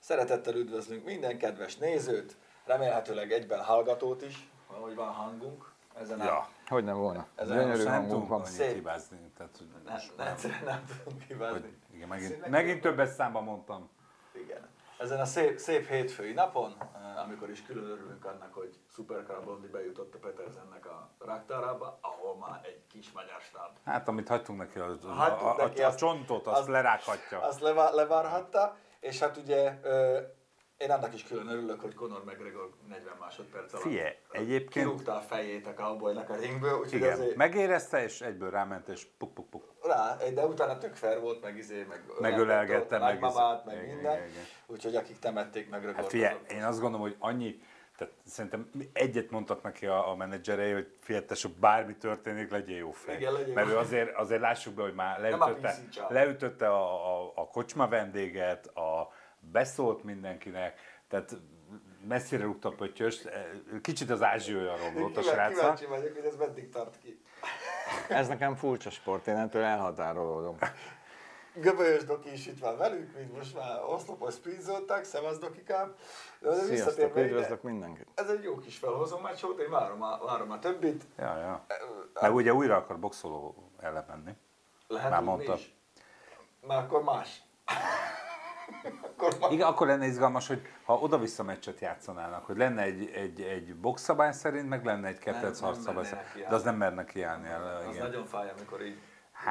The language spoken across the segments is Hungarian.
Szeretettel üdvözlünk minden kedves nézőt, remélhetőleg egyben hallgatót is, ahogy van hangunk. Ezen ja, hogy nem volna. Gyönyörű hangunk van. Szép. Hibázni. Tehát, nem tudunk hibázni. Igen, megint többes számban mondtam. Igen. Ezen a szép hétfői napon, amikor is külön örülünk annak, hogy Supercar Bondi bejutott a Petersennek a raktárába, ahol már egy kis magyar stáb. Hát amit hagytunk neki, a csontot, azt lerághatja. Azt levárhatta, és hát ugye én annak is külön örülök, hogy Conor McGregor 40 másodperc alatt kirúgta a fejét a cowboynak a ringből. Igen, azért megérezte, és egyből ráment, és puk. De utána tök fair volt, megölelgette, meg minden. Úgyhogy akik temették McGregort. Hát figyelj, én azt gondolom, hogy annyi, tehát szerintem egyet mondtak neki a menedzserei, hogy figyelj, bármi történik, legyél jó fej. Igen, mert ő azért lássuk be, hogy már leütötte a kocsma vendéget, beszólt mindenkinek, tehát messzire rúgta a pöttyöst, kicsit az ázsiója romlott a srácnak. Kíváncsi vagyok, hogy ez meddig tart ki. Ez nekem furcsa sport, én ettől elhatárolódom. Göbölyös Doki is itt van velünk, mint most már oszlopos sprintzoltak, szevasz Dokikám. Sziasztok, üdvözlök mindenkit. Ez egy jó kis felhozó meccs volt, én várom a többit. Ja. Meg ugye újra akar boxoló ellen menni. Lehet, már mondta. Is. Már akkor más. Igen, akkor lenne izgalmas, hogy ha oda-vissza meccset játszanának, hogy lenne egy boxszabály szerint, meg lenne egy kettőc harcszabály szerint, de az nem mernek kiállni el. Az nagyon fáj, amikor így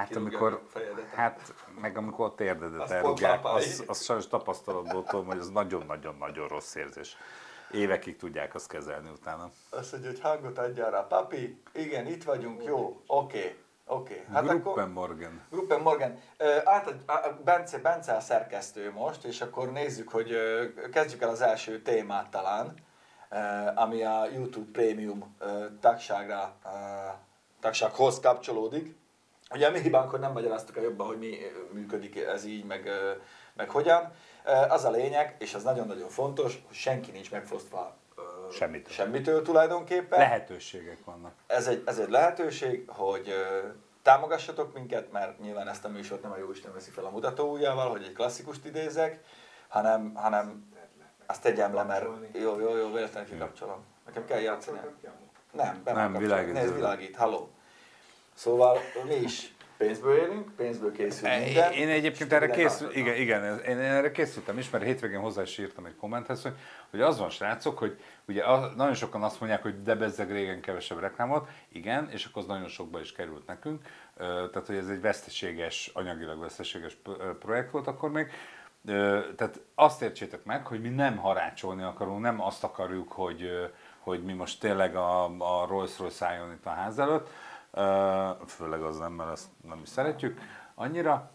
meg amikor a térdedet elrúgják, az sajnos tapasztalatból tudom, hogy az nagyon-nagyon-nagyon rossz érzés. Évekig tudják azt kezelni utána. Azt mondja, hogy hangot adjál rá, papi, igen, itt vagyunk, jó, oké. Hát Gruppen Morgan. Bence a szerkesztő most, és akkor nézzük, hogy kezdjük el az első témát talán, ami a YouTube Premium tagsághoz kapcsolódik. Ugye a mi hibánk, hogy nem magyaráztuk el jobban, hogy mi működik ez így, meg hogyan. Az a lényeg, és az nagyon-nagyon fontos, hogy senki nincs megfosztva semmitől tulajdonképpen. Lehetőségek vannak. Ez egy lehetőség, hogy támogassatok minket, mert nyilván ezt a műsort nem a Jóisten veszi fel a mutatóujjával, hogy egy klasszikust idézek, hanem azt tegyem le, mert jó, véletlenül kikapcsolom. Nekem kell játszani. Nem, világít, halló. Szóval mi is pénzből élünk, pénzből készül minden. Én egyébként erre készültem is, mert hétvégén hozzá is írtam egy kommenthez, hogy az van, srácok, hogy ugye nagyon sokan azt mondják, hogy de bezzeg régen kevesebb reklám volt, igen, és akkor az nagyon sokba is került nekünk, tehát hogy ez egy anyagilag veszteséges projekt volt akkor még. Tehát azt értsétek meg, hogy mi nem harácsolni akarunk, nem azt akarjuk, hogy mi most tényleg a Rolls-Royce álljon itt a ház előtt, főleg az nem, mert azt nem is szeretjük annyira.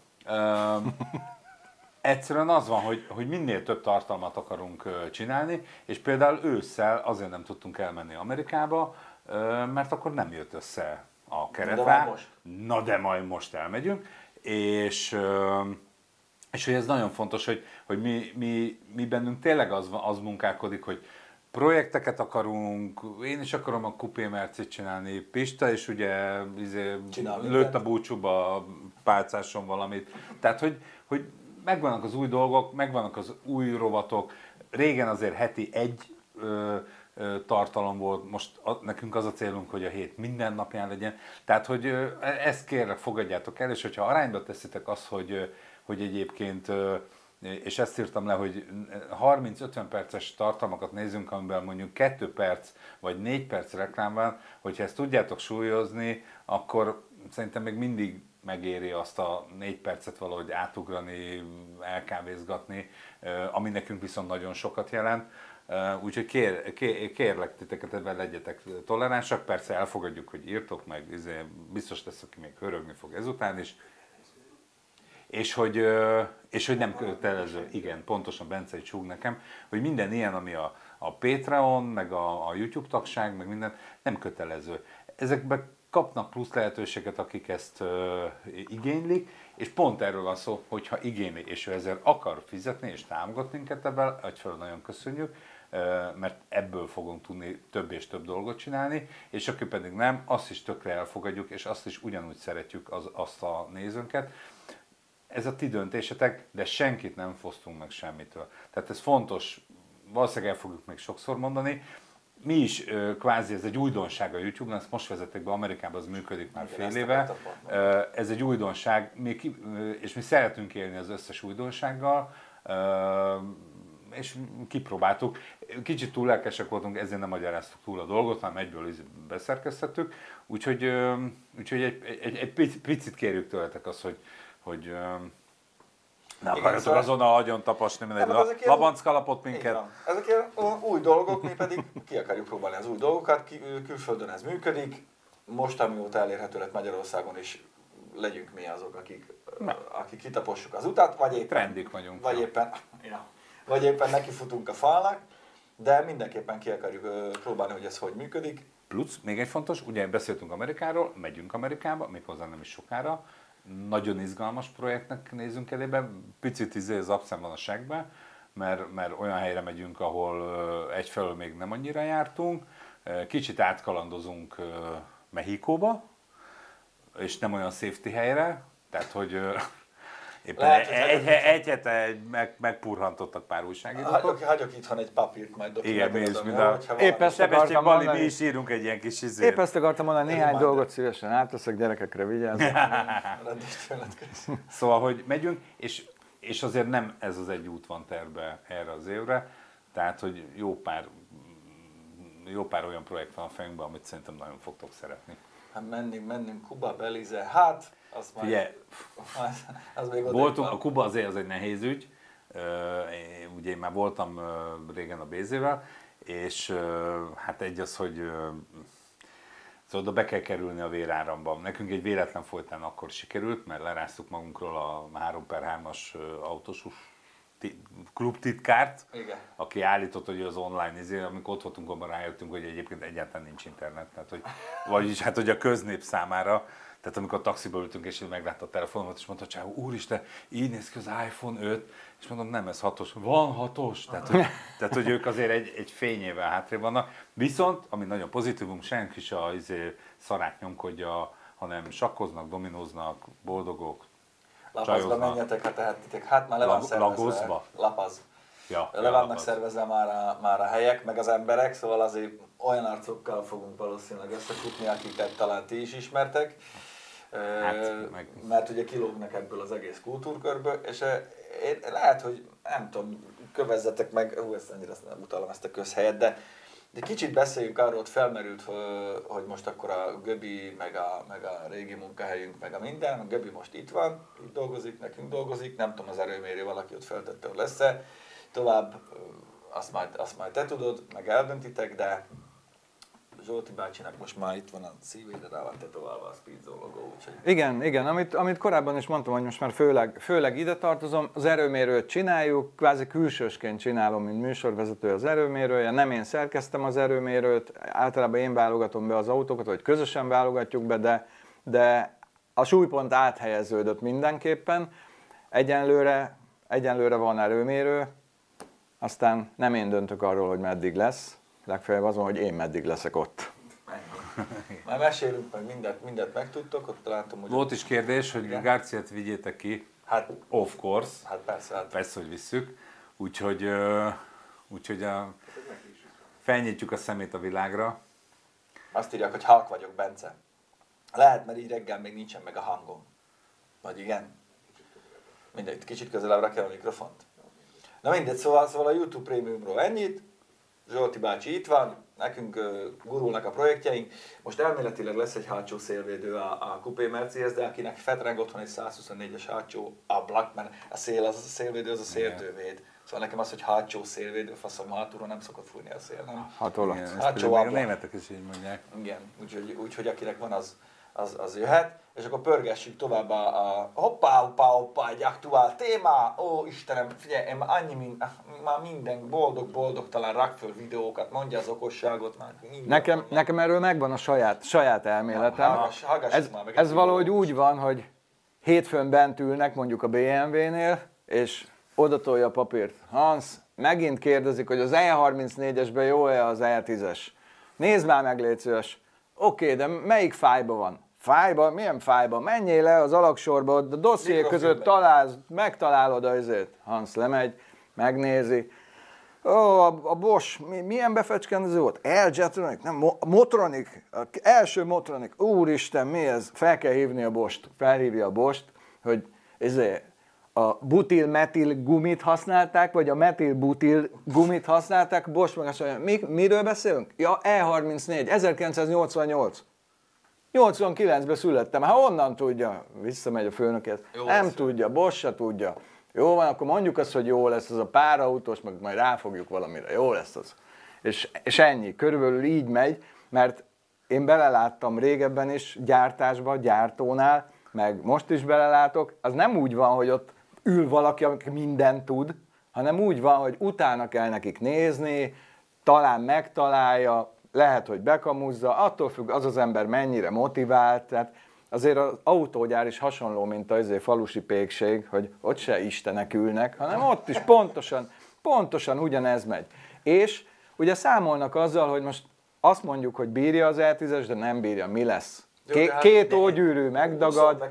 Egyszerűen az van, hogy minél több tartalmat akarunk csinálni, és például ősszel azért nem tudtunk elmenni Amerikába, mert akkor nem jött össze a keretvár. Na de majd most elmegyünk, és hogy ez nagyon fontos, hogy mi bennünk tényleg az munkálkodik, hogy projekteket akarunk, én is akarom a Coupé Mercit csinálni, Pista is ugye lőtt a búcsúba a pálcáson valamit. Tehát, hogy megvannak az új dolgok, megvannak az új rovatok. Régen azért heti egy tartalom volt, most nekünk az a célunk, hogy a hét minden napján legyen. Tehát, hogy ezt kérlek, fogadjátok el, és hogyha arányba teszitek azt, hogy egyébként, és ezt írtam le, hogy 30-50 perces tartalmakat nézzünk, amiben mondjuk 2 perc vagy 4 perc reklám van, hogyha ezt tudjátok súlyozni, akkor szerintem még mindig megéri azt a 4 percet valahogy átugrani, elkávézgatni, ami nekünk viszont nagyon sokat jelent. Úgyhogy kérlek titeket, ebben legyetek toleránsak, persze elfogadjuk, hogy írtok meg, biztos lesz, aki még hörögni fog ezután is. És hogy nem kötelező, igen, pontosan Bence is húg nekem, hogy minden ilyen, ami a Patreon, meg a YouTube tagság, meg minden, nem kötelező. Ezekben kapnak plusz lehetőséget, akik ezt igénylik, és pont erről van szó, hogyha igényli, és ő ezzel akar fizetni, és támogat minket ebben, egyfelől nagyon köszönjük, mert ebből fogunk tudni több és több dolgot csinálni, és aki pedig nem, azt is tökre elfogadjuk, és azt is ugyanúgy szeretjük azt a nézőnket. ez a ti döntésetek, de senkit nem fosztunk meg semmitől. Tehát ez fontos, valószínűleg el fogjuk még sokszor mondani. Mi is kvázi, ez egy újdonság a YouTube-nak, ezt most vezették be Amerikában, az működik már fél éve. Ez egy újdonság, és mi szeretünk élni az összes újdonsággal, és kipróbáltuk. Kicsit túl lelkesek voltunk, ezért nem magyaráztuk túl a dolgot, hanem egyből beszerkesztettük. Úgyhogy egy picit kérjük tőletek azt, hogy nem akarjátok azonnal agyon tapasni, mindegy labanc kalapott minket. Ezek ilyen új dolgok, mi pedig ki akarjuk próbálni az új dolgokat, külföldön ez működik. Most, amióta elérhető lett Magyarországon is, legyünk mi azok, akik kitapossuk az utat, vagy éppen, trendik vagyunk. Vagy éppen nekifutunk a falnak, de mindenképpen ki akarjuk próbálni, hogy ez hogy működik. Plusz, még egy fontos, ugye beszéltünk Amerikáról, megyünk Amerikába, méghozzá nem is sokára. Nagyon izgalmas projektnek nézünk elébe, picit az abszem van a segbe, mert olyan helyre megyünk, ahol egyfelől még nem annyira jártunk, kicsit átkalandozunk Mexikóba, és nem olyan safety helyre, tehát hogy éppen egy hete megpurhantottak pár újságírókat. Hagyok itthon egy papírt, majd dokumentálom. Épp ezt akartam mondani. Mi is írunk egy ilyen kis izét. Épp ezt akartam mondani, néhány dolgot szívesen átveszek, gyerekekre vigyázzak. Szóval, hogy megyünk, és azért nem ez az egy út van terve erre az évre, tehát, hogy jó pár olyan projekt van a fejünkben, amit szerintem nagyon fogtok szeretni. Hát mennénk Kuba, Belize, hát az már... Figyelj, az még voltunk, a Kuba azért az egy nehéz ügy, ugye én már voltam régen a BZ-vel, és hát egy az, hogy szóval oda be kell kerülni a véráramban. Nekünk egy véletlen folytán akkor sikerült, mert leráztuk magunkról a 3x3-as autós klubtitkárt, aki állított, hogy az online amikor ott voltunk, abban rájöttünk, hogy egyébként egyáltalán nincs internet. Tehát, vagyis hát, hogy a köznép számára, tehát amikor a taxiba ültünk, és meglátta a telefonomat, és mondta, hogy úristen, így néz ki az iPhone 5, és mondom, nem, ez 6-os. Van 6-os? Tehát, hogy ők azért egy fényével hátrébb vannak. Viszont, ami nagyon pozitívunk, senki is a szarát nyomkodja, hanem sakkoznak, dominóznak, boldogok. Lapazba menjetek, ha tehetitek. Hát már le van szervezve. Lapaz. Ja, le vannak szervezve már a helyek, meg az emberek, szóval azért olyan arcokkal fogunk valószínűleg összefutni, akiket talán ti is ismertek. Mert ugye kilógnak ebből az egész kultúrkörből, és én lehet, hogy nem tudom, kövezzetek meg, ezt annyira nem utalom ezt a közhelyet, de kicsit beszéljünk arról, hogy felmerült, hogy most akkor a Göbi, meg a régi munkahelyünk, meg a minden, a Göbi most itt van, itt dolgozik, nekünk dolgozik, nem tudom, az erőmérő valaki ott feltette, hogy lesz-e, tovább azt majd te tudod, meg eldöntitek, de Zsolti bácsinak most már itt van a szívére, rá van tetoválva a Speedzone logó, úgyhogy... Igen, amit korábban is mondtam, hogy most már főleg ide tartozom, az erőmérőt csináljuk, kvázi külsősként csinálom, mint műsorvezető az erőmérője, nem én szerkeztem az erőmérőt, általában én válogatom be az autókat, vagy közösen válogatjuk be, de a súlypont áthelyeződött mindenképpen, egyenlőre van erőmérő, aztán nem én döntök arról, hogy meddig lesz, legfeljebb azon, hogy én meddig leszek ott. Már mesélünk, meg mindent megtudtok, ott látom, hogy... Volt is kérdés, hogy Garciát vigyétek ki. Hát, of course. Hát persze. Persze, hogy visszük. Úgyhogy felnyitjuk a szemét a világra. Azt írják, hogy halk vagyok, Bence. Lehet, mert így reggel még nincsen meg a hangom. Vagy igen? Mindegy, kicsit közelebb rakjam a mikrofont. Na mindegy, szóval a YouTube Premiumról ennyit. Zsolti bácsi itt van, nekünk gurulnak a projektjeink. Most elméletileg lesz egy hátsó szélvédő a Coupé Mercedes, de akinek fetreng otthon egy 124-es hátsó ablak, mert a szélvédő az a széltővéd. Szóval nekem az, hogy hátsó szélvédő, faszom, hátulról nem szokott fújni a szél, nem? Hátsó ablak. A németek is így mondják. Igen, úgyhogy akinek van, az jöhet. És akkor pörgessük tovább a hoppá, egy aktuál téma. Ó, Istenem, figyelj, én már minden boldogtalan rak föl videókat, mondja az okosságot már. Nekem erről megvan a saját elméletem. Ez valahogy úgy van, hogy hétfőn bent ülnek mondjuk a BMW-nél, és odatolja a papírt. Hans, megint kérdezik, hogy az E34-esben jó-e az E10-es. Nézd már meg, légy szíves. Oké, de melyik fájban van? Fájba? Milyen fájba? Menjél le az alagsorba, a dosszié között megtalálod azért. Hans lemegy, megnézi. Ó, a Bosch, milyen befecskendező volt? L-Jetronic, nem, Motronic, első Motronic. Úristen, mi ez? Fel kell hívni a Bosch-t. Felhívja a Bosch-t, hogy a butil-metil gumit használták, vagy a metil-butil gumit használták. Bosch meg azt mondja, miről beszélünk? Ja, E34, 1988. 89-ben születtem, hát honnan tudja? Visszamegy a főnökhez. Nem tudja, Bosch se tudja. Jó van, akkor mondjuk azt, hogy jó lesz az a párautós, meg majd ráfogjuk valamire, jó lesz az. És ennyi, körülbelül így megy, mert én beleláttam régebben is gyártásba, gyártónál, meg most is belelátok, az nem úgy van, hogy ott ül valaki, aki mindent tud, hanem úgy van, hogy utána kell nekik nézni, talán megtalálja, lehet, hogy bekamuzza, attól függ az ember mennyire motivált, tehát azért az autógyár is hasonló, mint a falusi pékség, hogy ott se istenek ülnek, hanem ott is pontosan ugyanez megy. És ugye számolnak azzal, hogy most azt mondjuk, hogy bírja az E10-es, de nem bírja, mi lesz? Két ógyűrű megdagad.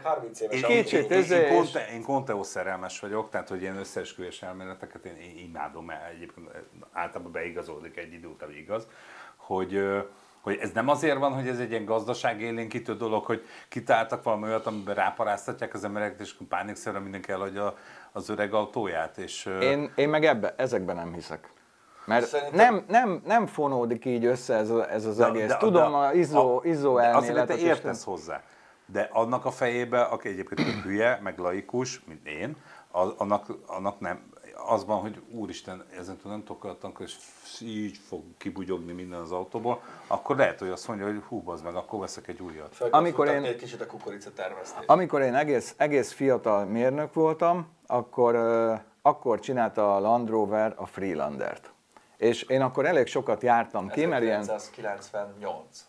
Én Conteo szerelmes vagyok, tehát hogy ilyen összeesküvés elméleteket én imádom, egyébként általában beigazódik egy idő után, igaz, hogy ez nem azért van, hogy ez egy ilyen gazdaságélénkítő dolog, hogy kitáltak valami olyat, amiben ráparáztatják az embereket, és pánikszerűen mindenki eladja az öreg autóját. És én meg ezekben nem hiszek. Mert nem fonódik így össze ez az egész. Tudom, az izzó elméletet. Azért te értesz hozzá. De annak a fejébe, aki egyébként hülye, meg laikus, mint én, annak nem. Az van, hogy úristen, ezentúl nem tudok olyat, és így fog kibugyogni minden az autóból, akkor lehet, hogy azt mondja, hogy hú, bazd meg, akkor veszek egy újat. Egy kicsit a kukoricatermesztés. Amikor én egész fiatal mérnök voltam, akkor csinálta a Land Rover a Freelandert. És én akkor elég sokat jártam ki, mert ilyen... 1998,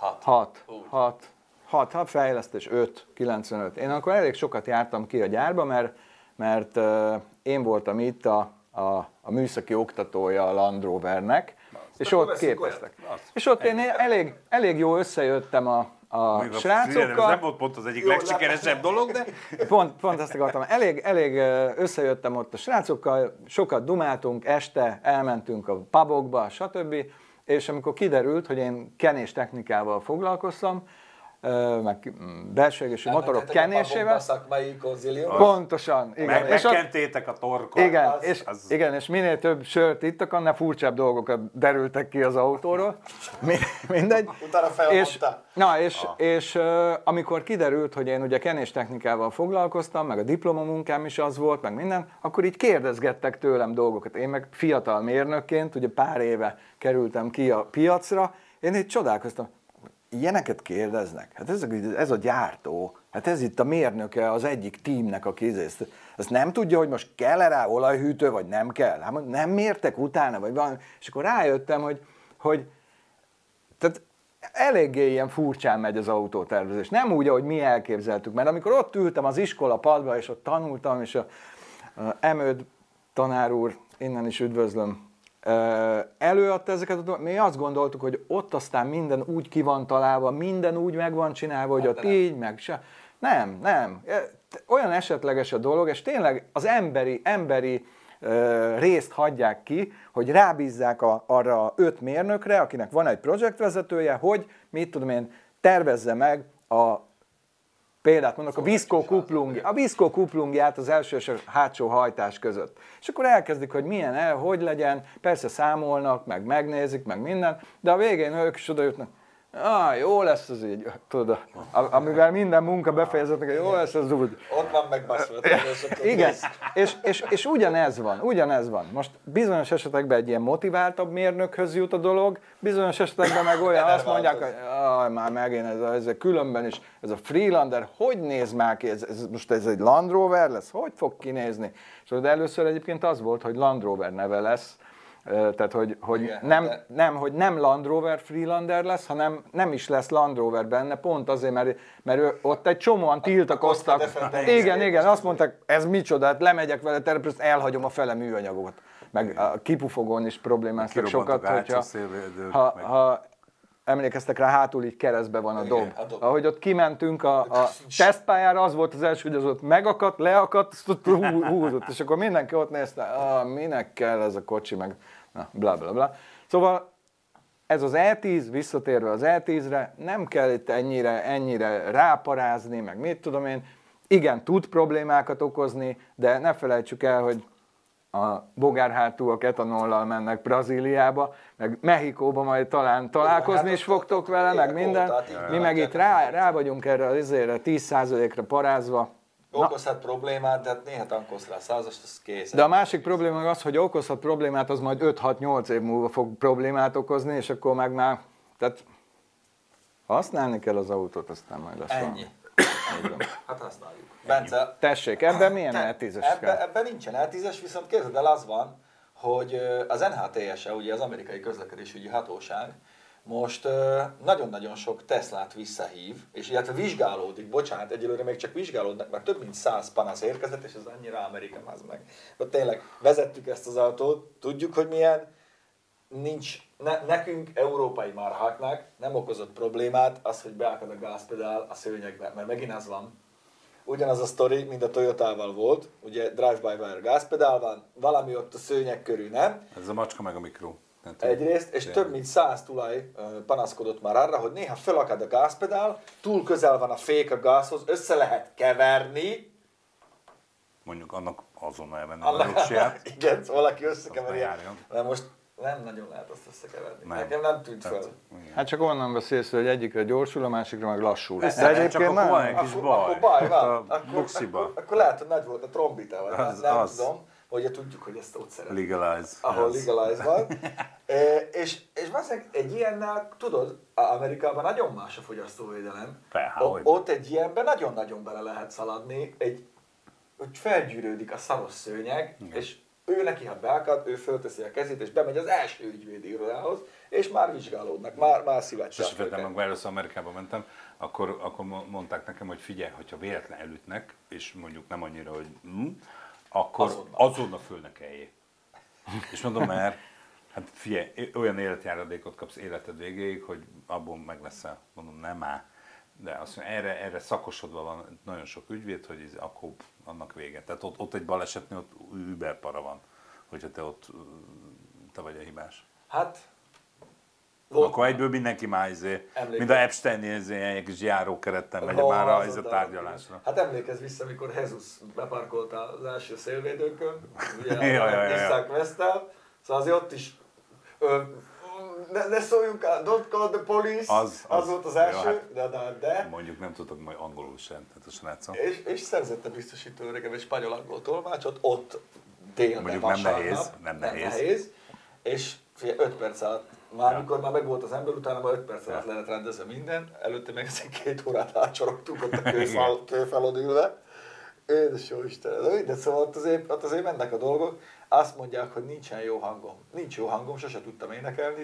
6 fejlesztés, 95. Én akkor elég sokat jártam ki a gyárba, mert én voltam itt a műszaki oktatója a Land Rovernek, és ott képeztek. És ott én elég jó összejöttem a srácokkal. Ez nem volt pont az egyik legsikeresebb dolog, de... Pont ezt akartam. Elég összejöttem ott a srácokkal, sokat dumáltunk, este elmentünk a pubokba, stb. És amikor kiderült, hogy én kenéstechnikával foglalkoztam, meg belső égésű motorok kenésével. Pontosan. Igen. Megkentétek a torkot. Igen, és minél több sört ittak, annál furcsább dolgok derültek ki az autóról. Mindegy. Utána felmondta. És amikor kiderült, hogy én ugye kenéstechnikával foglalkoztam, meg a diplomamunkám is az volt, meg minden, akkor így kérdezgettek tőlem dolgokat. Én meg fiatal mérnökként, ugye pár éve kerültem ki a piacra, én így csodálkoztam. Ilyeneket kérdeznek? Hát ez a gyártó, hát ez itt a mérnöke az egyik tímnek a kézészt. Ezt nem tudja, hogy most kell-e rá olajhűtő, vagy nem kell. Hát nem mértek utána, vagy valami. És akkor rájöttem, hogy tehát eléggé ilyen furcsán megy az autótervezés. Nem úgy, ahogy mi elképzeltük. Mert amikor ott ültem az iskola padba, és ott tanultam, és a Emőd tanár úr, innen is üdvözlöm, előadta ezeket a dolgokat. Mi azt gondoltuk, hogy ott aztán minden úgy ki van találva, minden úgy meg van csinálva, hogy ott így, meg se. Nem. Olyan esetleges a dolog, és tényleg az emberi részt hagyják ki, hogy rábízzák arra 5 mérnökre, akinek van egy projektvezetője, hogy mit tudom én, tervezze meg példát mondok, a viszkókuplungját az első és a hátsó hajtás között. És akkor elkezdik, hogy milyen, hogy legyen, persze számolnak, meg megnézik, meg minden, de a végén ők is oda jutnak, jó lesz az így, tudod, amivel minden munka befejezetnek, jó lesz az úgy. Ott van megbaszva. Igen, és ugyanez van. Most bizonyos esetekben egy ilyen motiváltabb mérnökhöz jut a dolog, bizonyos esetekben meg olyan, azt mondják, hogy már megint ez különben is, ez a Freelander, hogy néz már ki, most ez egy Land Rover lesz, hogy fog kinézni? És de először egyébként az volt, hogy Land Rover neve lesz, tehát, hogy igen, nem Land Rover Freelander lesz, hanem nem is lesz Land Rover benne, pont azért, mert ott egy csomóan tiltakoztak. Igen, azt mondták, ez micsoda, hát lemegyek vele terepre, elhagyom a fele műanyagot. Meg a kipufogón is problémáztak sokat, hogyha emlékeztek rá, hátul így keresztbe van a dob. Igen, a dob. Ahogy ott kimentünk a tesztpályára, az volt az első, hogy az ott megakadt, leakadt, azt ott húzott, és akkor mindenki ott nézte, minek kell ez a kocsi, meg bla bla bla. Szóval ez az E10, visszatérve az E10-re, nem kell itt ennyire ráparázni, meg mit tudom én. Igen, tud problémákat okozni, de ne felejtsük el, hogy a bogárhátúak etanollal mennek Brazíliába, meg Mexikóba majd talán találkozni is fogtok vele, meg minden. Mi meg itt rá vagyunk erre az 10%-ra parázva. Okozhat problémát, de hát néha tankolsz rá 100-ast, az kész. De a másik probléma az, hogy okozhat problémát, az majd 5-6-8 év múlva fog problémát okozni, és akkor meg már, tehát használni kell az autót, aztán majd lesz ennyi. Hát használjuk. Bence, tessék, ebben milyen E10-es kell? Ebben nincsen E10-es, viszont képzeld el, az van, hogy az NHTS-e, ugye az amerikai közlekedésügyi hatóság, most nagyon-nagyon sok Teslát visszahív, és illetve vizsgálódik, bocsánat, egyelőre még csak vizsgálódnak, mert több mint 100 panasz érkezett, és ez annyira Amerika az meg. Ott tényleg vezettük ezt az autót, tudjuk, hogy milyen, nekünk, európai marháknak nem okozott problémát az, hogy beakad a gázpedál a szőnyegbe, mert megint az van. Ugyanaz a sztori, mint a Toyotával volt, ugye drive-by-wire gázpedál van, valami ott a szőnyeg körül, nem? Ez a macska meg a mikro. Egyrészt, és több mint 100 tulaj panaszkodott már arra, hogy néha felakad a gázpedál, túl közel van a fék a gázhoz, össze lehet keverni. Mondjuk annak azonnal elvenni a doksiját. Igen, valaki összekeveri. De most nem nagyon lehet azt összekeverni. Nekem nem tűnt fel. Hát csak onnan beszélsz, hogy egyikre gyorsul, a másikra meg lassul. De egyébként csak akkor van egy kis baj. Akkor baj van. Akkor lehet, hogy nagy volt a trombita, vagy nem tudom. Ugye tudjuk, hogy ezt ott szeretnék. Legalize. Ahol legalize van. és valószínűleg egy ilyennel, tudod, Amerikában nagyon más a fogyasztóvédelem. Ott egy ilyenben nagyon-nagyon bele lehet szaladni, hogy felgyűrődik a szaros szőnyeg, és ő neki, ha beakad, ő fölteszi a kezét, és bemegy az első ügyvédi irodához, és már vizsgálódnak, már szívacsák. És meg először Amerikába mentem, akkor mondták nekem, hogy figyelj, hogyha véletlen elütnek, és mondjuk nem annyira, hogy akkor azonnal föl ne kelljél. És mondom, mert hát figyelj, olyan életjáradékot kapsz életed végéig, hogy abból meg leszel. Mondom, nem áll. De azt mondja, erre szakosodva van nagyon sok ügyvéd, hogy akkor annak vége. Tehát ott egy balesetnél ott überpara van, hogyha te vagy a hibás. Hát, akkor egyből mindenki már mint a Epstein-i egy kis járókerettel megy már a tárgyalásra. Hát emlékezz vissza, amikor Jesus beparkolt az első szélvédőkön, ugye a Nissan Quest-tel, szóval azért ott is ne szóljunk el, don't call the police, az volt az első, jó, hát de... Mondjuk nem tudok majd angolul sem, tehát a srácok. És szerzett a biztosító öregem egy spanyol-angol tolmácsot, ott délben mondjuk vasárnap. Nem nehéz. És 5 perc alatt, amikor már megvolt az ember, utána már 5 perc alatt lehet rendezni minden, előtte meg ezen 2 órát átsorogtunk ott a kőfalon ülve. Édes jó Isten, de szóval ott azért mennek a dolgok. Azt mondják, hogy nincsen jó hangom. Nincs jó hangom, sose tudtam énekelni,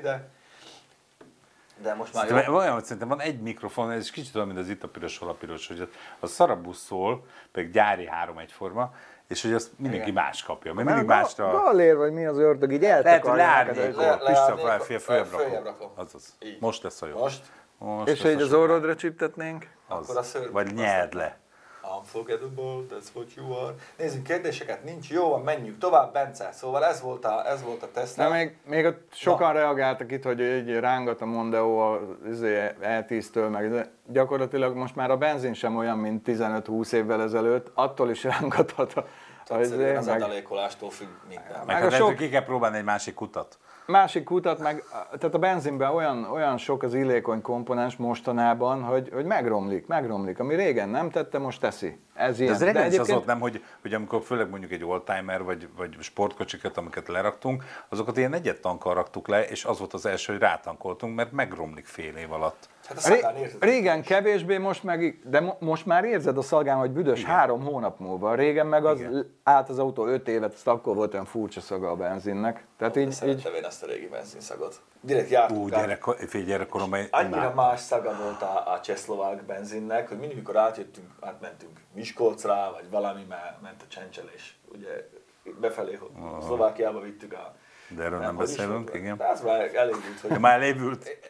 de most már jó. Olyan, hogy szerintem van egy mikrofon, ez is kicsit olyan, mint az itt a piros, hol a piros, hogy a szarabusz szól, pedig gyári 3 egyforma, és hogy azt mindenki más kapja. Mert mindig másra... Gallér, vagy mi az ördög, így eltakarják. Lehet, hogy leárnékol, följebb rakom. Azaz. Most lesz a jó. Most és így az orrodra csiptetnénk? Akkor a szőr. Vagy nyeld le. Unforgettable, that's what you are. Nézzünk kérdéseket, nincs, jó van, menjünk tovább, Bence. Szóval ez volt a Tesla. De még ott sokan reagáltak itt, hogy így rángat a Mondeo az E10-től, meg gyakorlatilag most már a benzin sem olyan, mint 15-20 évvel ezelőtt, attól is rángathat az adalékolástól függ minden. Meg ki kell próbálni egy másik kutat. Másik kutat, tehát a benzinben olyan sok az illékony komponens mostanában, hogy megromlik. Ami régen nem tette, most teszi. Ez ilyen. De ez régen is az volt, nem, hogy amikor főleg mondjuk egy oldtimer vagy sportkocsikat, amiket leraktunk, azokat ilyen egyet tankkal raktuk le, és az volt az első, hogy rátankoltunk, mert megromlik fél év alatt. Hát régen kevésbé, most már érzed a szagán, hogy büdös. Igen. 3 hónap múlva. Régen meg állt az autó 5 évet, azt akkor volt olyan furcsa szaga a benzinnek. Tehát így én azt a régi benzinszagot. Direkt jártunk gyerekkoromban annyira más szaga volt a csehszlovák benzinnek, hogy mindig, mikor átmentünk Miskolcra, vagy valami, mert ment a csencselés. Ugye befelé, Szlovákiába vittük De erről nem beszélünk, igen. De az már elévült. Már elévült.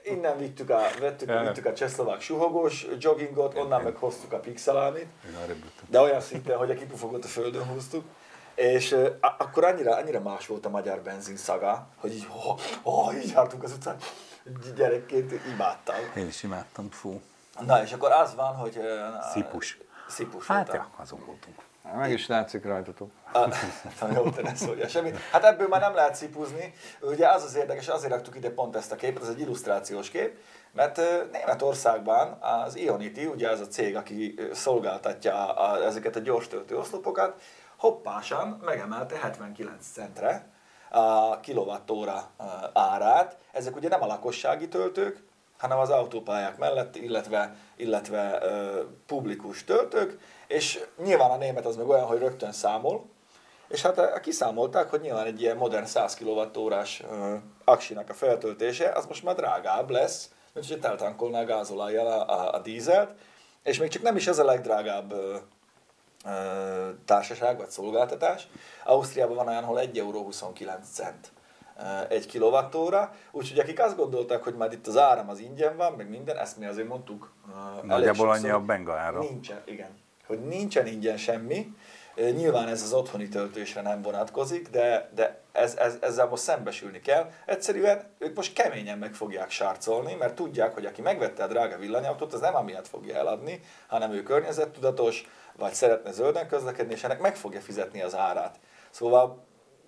innen vittük a csehszlovák suhogós joggingot, onnan meg hoztuk a pixelámit, de olyan szinten, hogy a kipufogott a földön húztuk. És akkor annyira más volt a magyar benzin szaga, hogy így, így jártunk az utcán, gyerekként imádtam. Én is imádtam, fú. Na és akkor az van, hogy... Szipus. Hát ja, azon voltunk. Meg is látszik rajtatok. Jó, te ne szóljál semmit. Hát ebből már nem lehet szipuzni. Ugye az érdekes, azért raktuk ide pont ezt a képet, ez egy illusztrációs kép, mert Németországban az Ionity, ugye ez a cég, aki szolgáltatja ezeket a gyors töltőoszlopokat, hoppásan megemelte 79 centre a kilowattóra árát. Ezek ugye nem a lakossági töltők, hanem az autópályák mellett, illetve publikus töltők, és nyilván a német az meg olyan, hogy rögtön számol, és hát kiszámolták, hogy nyilván egy ilyen modern 100 kWh-s aksinak a feltöltése, az most már drágább lesz, mint hogy eltankolná a gázolajjal a dízelt, és még csak nem is ez a legdrágább társaság vagy szolgáltatás. Ausztriában van olyan, ahol 1,29 € egy kilowattóra, úgyhogy akik azt gondolták, hogy már itt az áram az ingyen van, meg minden, ezt mi azért mondtuk. Nagyjából annyi a benga ára. Nincsen, igen. Hogy nincsen ingyen semmi. Nyilván ez az otthoni töltésre nem vonatkozik, de ezzel most szembesülni kell. Egyszerűen ők most keményen meg fogják sárcolni, mert tudják, hogy aki megvette a drága villanyautót, az nem amiatt fogja eladni, hanem ő környezettudatos, vagy szeretne zölden közlekedni, és ennek meg fogja fizetni az árát. Szóval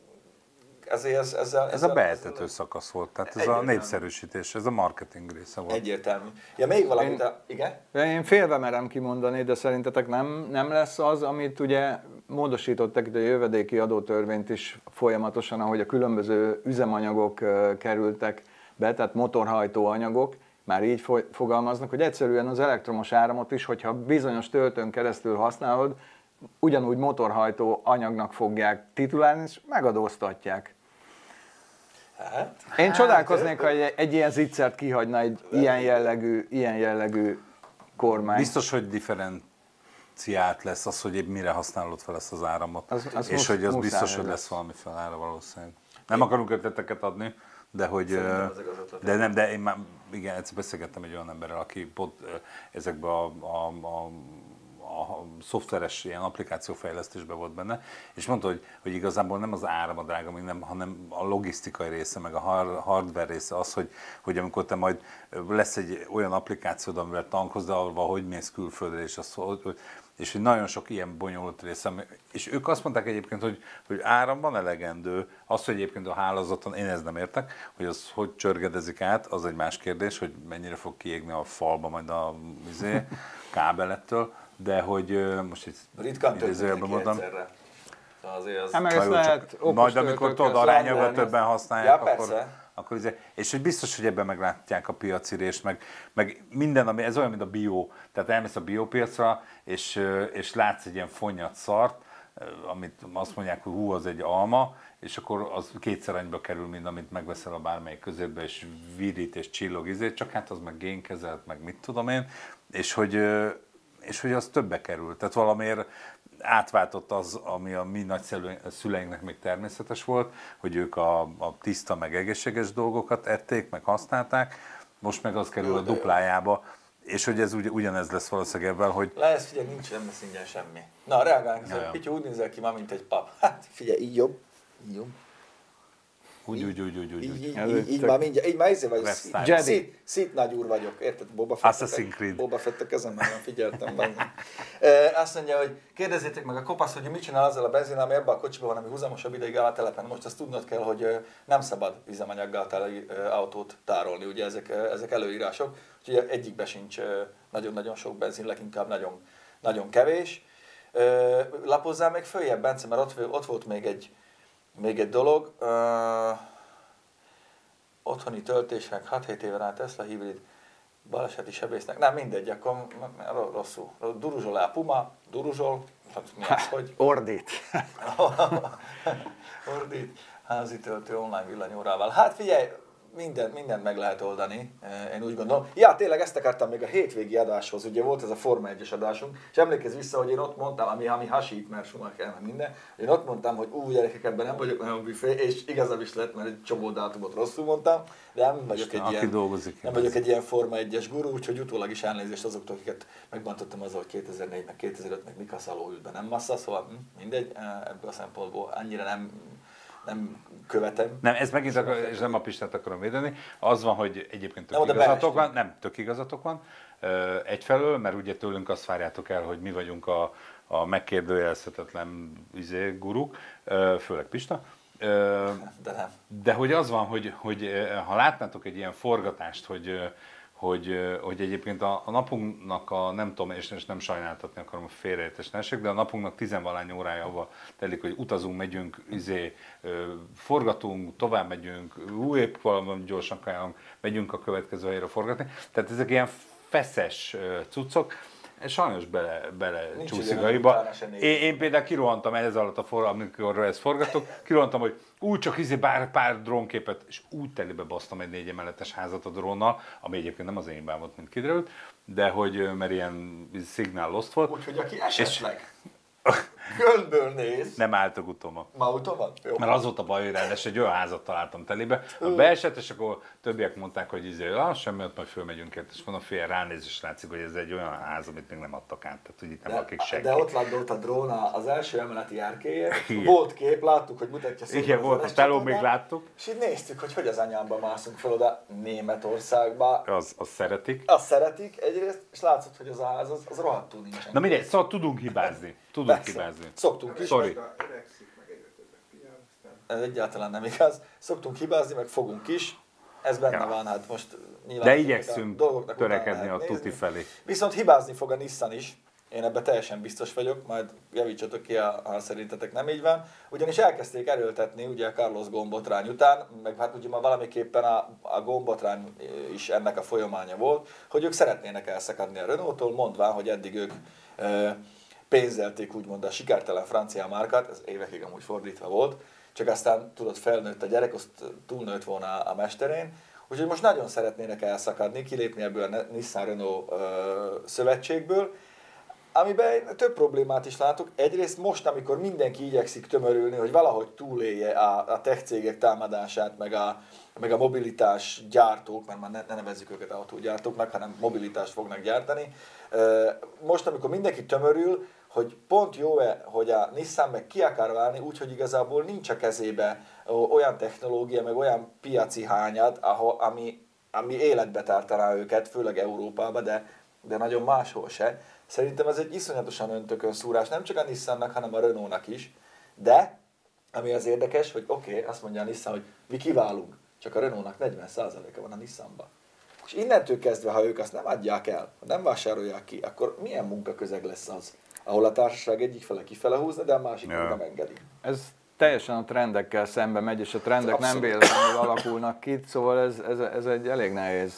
ez a beetető szakasz volt, tehát ez a népszerűsítés, ez a marketing része volt. Egyértelmű. Ja, még valamit, igen? Én félve merem kimondani, de szerintetek nem lesz az, amit ugye módosítottak ide a jövedéki adótörvényt is folyamatosan, ahogy a különböző üzemanyagok kerültek be, tehát motorhajtó anyagok, már így fogalmaznak, hogy egyszerűen az elektromos áramot is, hogyha bizonyos töltőn keresztül használod, ugyanúgy motorhajtó anyagnak fogják titulálni, és megadóztatják. Én csodálkoznék, ha egy ilyen zicsert kihagyna egy ilyen jellegű kormány. Biztos, hogy differenciált lesz az, hogy épp mire használod fel ezt az áramot. És hogy az biztos, hogy lesz valami felára valószínűleg. Nem akarunk ötleteket adni, de hogy... De én már igen, egyszer beszélgettem egy olyan emberrel, aki pont ezekben a szoftveres ilyen applikációfejlesztésben volt benne, és mondta, hogy igazából nem az áram a drága, hanem a logisztikai része, meg a hardware része az, hogy amikor te majd lesz egy olyan applikációd, amivel tankolsz, de hogy mész külföldre, és hogy nagyon sok ilyen bonyolult része. És ők azt mondták egyébként, hogy áram van elegendő, az, hogy egyébként a hálózaton, én ezt nem értek, hogy az hogy csörgedezik át, az egy más kérdés, hogy mennyire fog kiégni a falba majd a kábelettől, de hogy most itt ritkán töltődik egyszerre. Majd amikor tudod, arányában többen használják, akkor és hogy biztos, hogy ebben meglátják a piacirést, meg minden, ami ez olyan, mint a bio, tehát elmész a biopiacra, és látsz egy ilyen fonnyat szart, amit azt mondják, hogy az egy alma, és akkor az kétszer annyiba kerül, mint amit megveszel a bármelyik közértbe, és virít és csillog, csak hát az meg génkezelt, meg mit tudom én, és hogy az többe kerül. Tehát valamiért átváltott az, ami a mi nagyszüleinknek még természetes volt, hogy ők a tiszta, meg egészséges dolgokat ették, meg használták, most meg az kerül a duplájába, és hogy ez ugyanez lesz valószínűleg ebben, hogy... Lesz, figyelj, nincs ingyen semmi. Na, reagálunk, hogy Pityu úgy nézel ki ma, mint egy pap. Hát, figyelj, így jobb. Így már mindjárt, így már izé vagy, Szit nagy úr vagyok, érted? Boba Fett a kezemben, figyeltem benne. Azt mondja, hogy kérdezzétek meg a kopasz, hogy mit csinál azzal a benzinnel, ami ebben a kocsiban van, ami húzamosabb ideig áll a telepen. Most azt tudnod kell, hogy nem szabad üzemanyaggal teli autót tárolni, ugye ezek előírások. Úgyhogy egyikben sincs nagyon-nagyon sok benzin, leginkább nagyon kevés. Lapozzál még följebb, Bence, mert ott volt még egy dolog, otthoni töltések, 6-7 éven át Tesla hibrid, baleseti sebésznek, nem mindegy, akkor rosszul. Duruzsol el Puma, duruzsol, mi az, hogy? Ordít. Ordít, házi töltő online villanyórával. Hát figyelj, mindent meg lehet oldani, én úgy gondolom. Ja, tényleg ezt akartam még a hétvégi adáshoz, ugye volt ez a Forma 1-es adásunk, és emlékezz vissza, hogy én ott mondtam, ami hasít, mert Schumacher, meg minden, én ott mondtam, hogy gyerekek, ebben nem vagyok nagyon büfé, és igazam is lett, mert egy csomó dátumot rosszul mondtam, de nem vagyok egy ilyen Forma 1-es guru, úgyhogy utólag is elnézést azoktól, akiket megbantottam azzal, hogy 2004, meg 2005, meg Mika Szaló ült be, nem Massa, szóval mindegy, ebből a szempontból annyira nem követem. Nem, ez megint, és nem a Pistát akarom védeni, az van, hogy egyébként tök igazatok van, nem, tök igazatok van, egyfelől, mert ugye tőlünk azt várjátok el, hogy mi vagyunk a megkérdőjelezhetetlen guruk, főleg Pista. De nem. De hogy az van, hogy ha látnátok egy ilyen forgatást, hogy egyébként a napunknak nem tudom, és nem sajnáltatni akarom a félreértés ne essék, de a napunknak 10-valány órája avval telik, hogy utazunk, megyünk, forgatunk, tovább megyünk, épp valami gyorsan kajálunk, megyünk a következő helyre forgatni. Tehát ezek ilyen feszes cuccok, sajnos bele csúszik a hiba. Én például kirohantam ez alatt amikor ezt forgatok, kirohantam, hogy úgy csak pár drónképet, és úgy telibe basztam egy 4 emeletes házat a drónnal, ami egyébként nem az én hibám volt, mint kiderült, de mert ilyen signal lost volt. Úgyhogy aki esetleg Kölnből néz. Nem álltok utóma. Ma utóma? Jó. Mert az volt a baj, hogy ráadásul egy olyan házat találtam telébe, a beesett, és akkor többiek mondták, hogy semmi, ott majd fölmegyünk ért, és mondom, fél ránézés látszik, hogy ez egy olyan ház, amit még nem adtak át, tehát hogy itt nem lakik senki. De ott landolt a drón az első emeleti erkélyen, volt kép, láttuk, hogy mutatja szépen. Igen, volt, a teló még láttuk. És így néztük, hogy az anyámba mászunk fel oda Németországba. Az szeretik. Azt szeretik egyrészt, és látszott, hogy az a ház az rohadtul nincsen. Na mindegy, szóval tudunk hibázni. Szoktunk is. Sorry. Ez egyáltalán nem igaz. Szoktunk hibázni, meg fogunk is. Ez benne van, hát most nyilván... De igyekszünk törekedni a tuti felé. Viszont hibázni fog a Nissan is. Én ebben teljesen biztos vagyok, majd javítsatok ki, ha szerintetek nem így van. Ugyanis elkezdték erőltetni ugye a Carlos gombotrány után, meg hát ugye már valamiképpen a gombotrány is ennek a folyamánya volt, hogy ők szeretnének elszakadni a Renault-tól, mondván, hogy eddig ők pénzelték úgymond a sikertelen francia márkát, ez évekig amúgy fordítva volt, csak aztán tudod, felnőtt a gyerek, azt túlnőtt volna a mesterén, úgyhogy most nagyon szeretnének elszakadni, kilépni ebből a Nissan-Renault szövetségből, amiben több problémát is látok. Egyrészt most, amikor mindenki igyekszik tömörülni, hogy valahogy túlélje a tech cégek támadását, meg a mobilitás gyártók, mert már ne nevezzük őket autógyártóknak, hanem mobilitást fognak gyártani. Most, amikor mindenki tömörül, hogy pont jó-e, hogy a Nissan meg ki akar válni, úgyhogy igazából nincs a kezébe olyan technológia, meg olyan piaci hányad, ami életbe tartaná őket, főleg Európában, de nagyon máshol se. Szerintem ez egy iszonyatosan öntökön szúrás, nem csak a Nissannak, hanem a Renault-nak is. De, ami az érdekes, hogy oké, azt mondja a Nissan, hogy mi kiválunk, csak a Renault-nak 40%-a van a Nissanban. És innentől kezdve, ha ők azt nem adják el, ha nem vásárolják ki, akkor milyen munkaközeg lesz az, ahol a társaság egyik fele kifele húzna, de a másik nem engedi. Ez teljesen a trendekkel szembe megy, és a trendek nem véletlenül alakulnak ki, szóval ez egy elég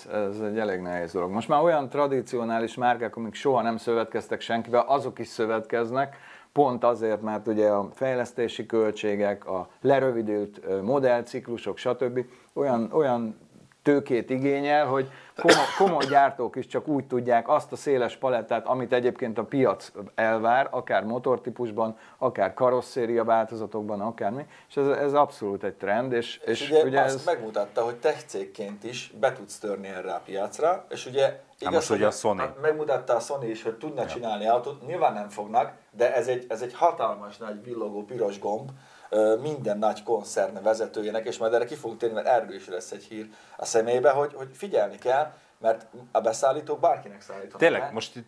nehéz dolog. Most már olyan tradicionális márkák, amik soha nem szövetkeztek senkivel, azok is szövetkeznek, pont azért, mert ugye a fejlesztési költségek, a lerövidült modellciklusok, stb. Olyan tőkét igényel, hogy komoly gyártók is csak úgy tudják azt a széles palettát, amit egyébként a piac elvár, akár motortípusban, akár karosszéria változatokban, akármi, és ez abszolút egy trend. És ugye azt megmutatta, hogy tech cégként is be tudsz törni erre a piacra, és ugye igaz, hogy a Sony. Megmutatta a Sony is, hogy tudna csinálni autót, nyilván nem fognak, de ez egy hatalmas nagy villogó piros gomb, minden nagy koncern vezetőjének, és majd erre ki fogunk térni, mert erről is lesz egy hír a személybe, hogy figyelni kell, mert a beszállító bárkinek szállíthatnak. Tényleg, most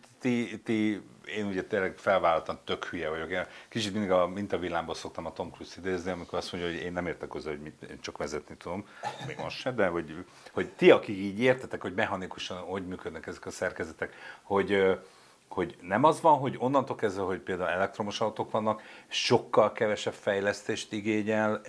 én ugye tényleg felvállaltan tök hülye vagyok. Én kicsit mindig a mintavillámból szoktam a Tom Cruise idézni, amikor azt mondja, hogy én nem értek hozzá, hogy én csak vezetni tudom, még most se, de hogy ti, akik így értetek, hogy mechanikusan hogy működnek ezek a szerkezetek, hogy nem az van, hogy onnantól kezdve, hogy például elektromos autók vannak, sokkal kevesebb fejlesztést igényel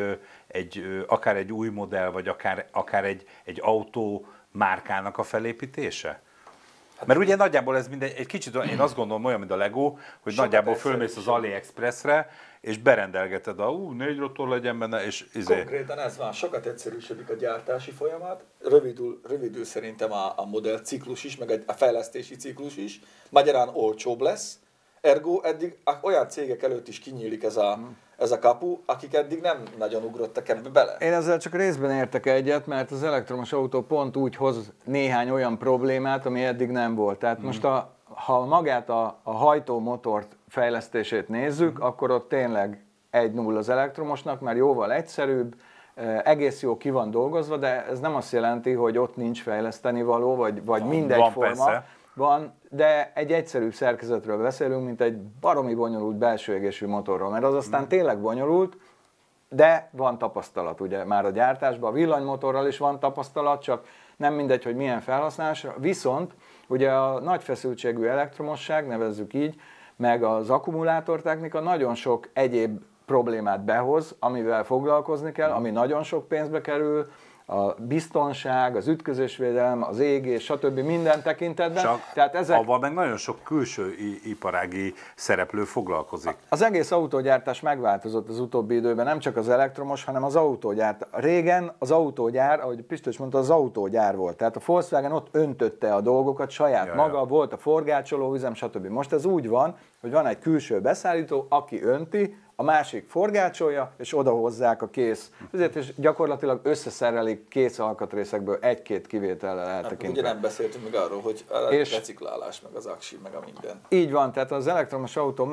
akár egy új modell, vagy akár egy autó márkának a felépítése? Mert ugye nagyjából ez mindegy, egy kicsit, én azt gondolom olyan, mint a Lego, hogy nagyjából fölmész az AliExpressre, és berendelgeted 4 rotor legyen benne, és Konkrétan ez van, sokat egyszerűsödik a gyártási folyamat, rövidül szerintem a modell ciklus is, meg a fejlesztési ciklus is, magyarán olcsóbb lesz, ergo eddig olyan cégek előtt is kinyílik ez a kapu, akik eddig nem nagyon ugrottak ebbe bele. Én ezzel csak részben értek egyet, mert az elektromos autó pont úgy hoz néhány olyan problémát, ami eddig nem volt. Tehát most ha magát a hajtómotort fejlesztését nézzük, akkor ott tényleg 1-0 az elektromosnak, mert jóval egyszerűbb, egész jó ki van dolgozva, de ez nem azt jelenti, hogy ott nincs fejleszteni való, vagy mindegy forma. Van, de egy egyszerűbb szerkezetről beszélünk, mint egy baromi bonyolult belső égésű motorról, mert az aztán tényleg bonyolult, de van tapasztalat ugye már a gyártásban, a villanymotorral is van tapasztalat, csak nem mindegy, hogy milyen felhasználásra, viszont ugye a nagy feszültségű elektromosság, nevezzük így, meg az akkumulátortechnika nagyon sok egyéb problémát behoz, amivel foglalkozni kell, ami nagyon sok pénzbe kerül, a biztonság, az ütközésvédelem, az égés, stb. Minden tekintetben. Tehát avval meg nagyon sok külső iparági szereplő foglalkozik. Az egész autógyártás megváltozott az utóbbi időben, nem csak az elektromos, hanem az autógyár. Régen az autógyár, ahogy Pistos mondta, az autógyár volt. Tehát a Volkswagen ott öntötte a dolgokat saját maga, volt a forgácsolóüzem, stb. Most ez úgy van, hogy van egy külső beszállító, aki önti, a másik forgácsolja, és odahozzák a kész. Ezért is gyakorlatilag összeszerelik kész alkatrészekből egy-két kivétellel eltekintve. Ugye nem beszéltünk még arról, hogy a reciklálás, meg az aksi, meg a minden. Így van, tehát az elektromos autó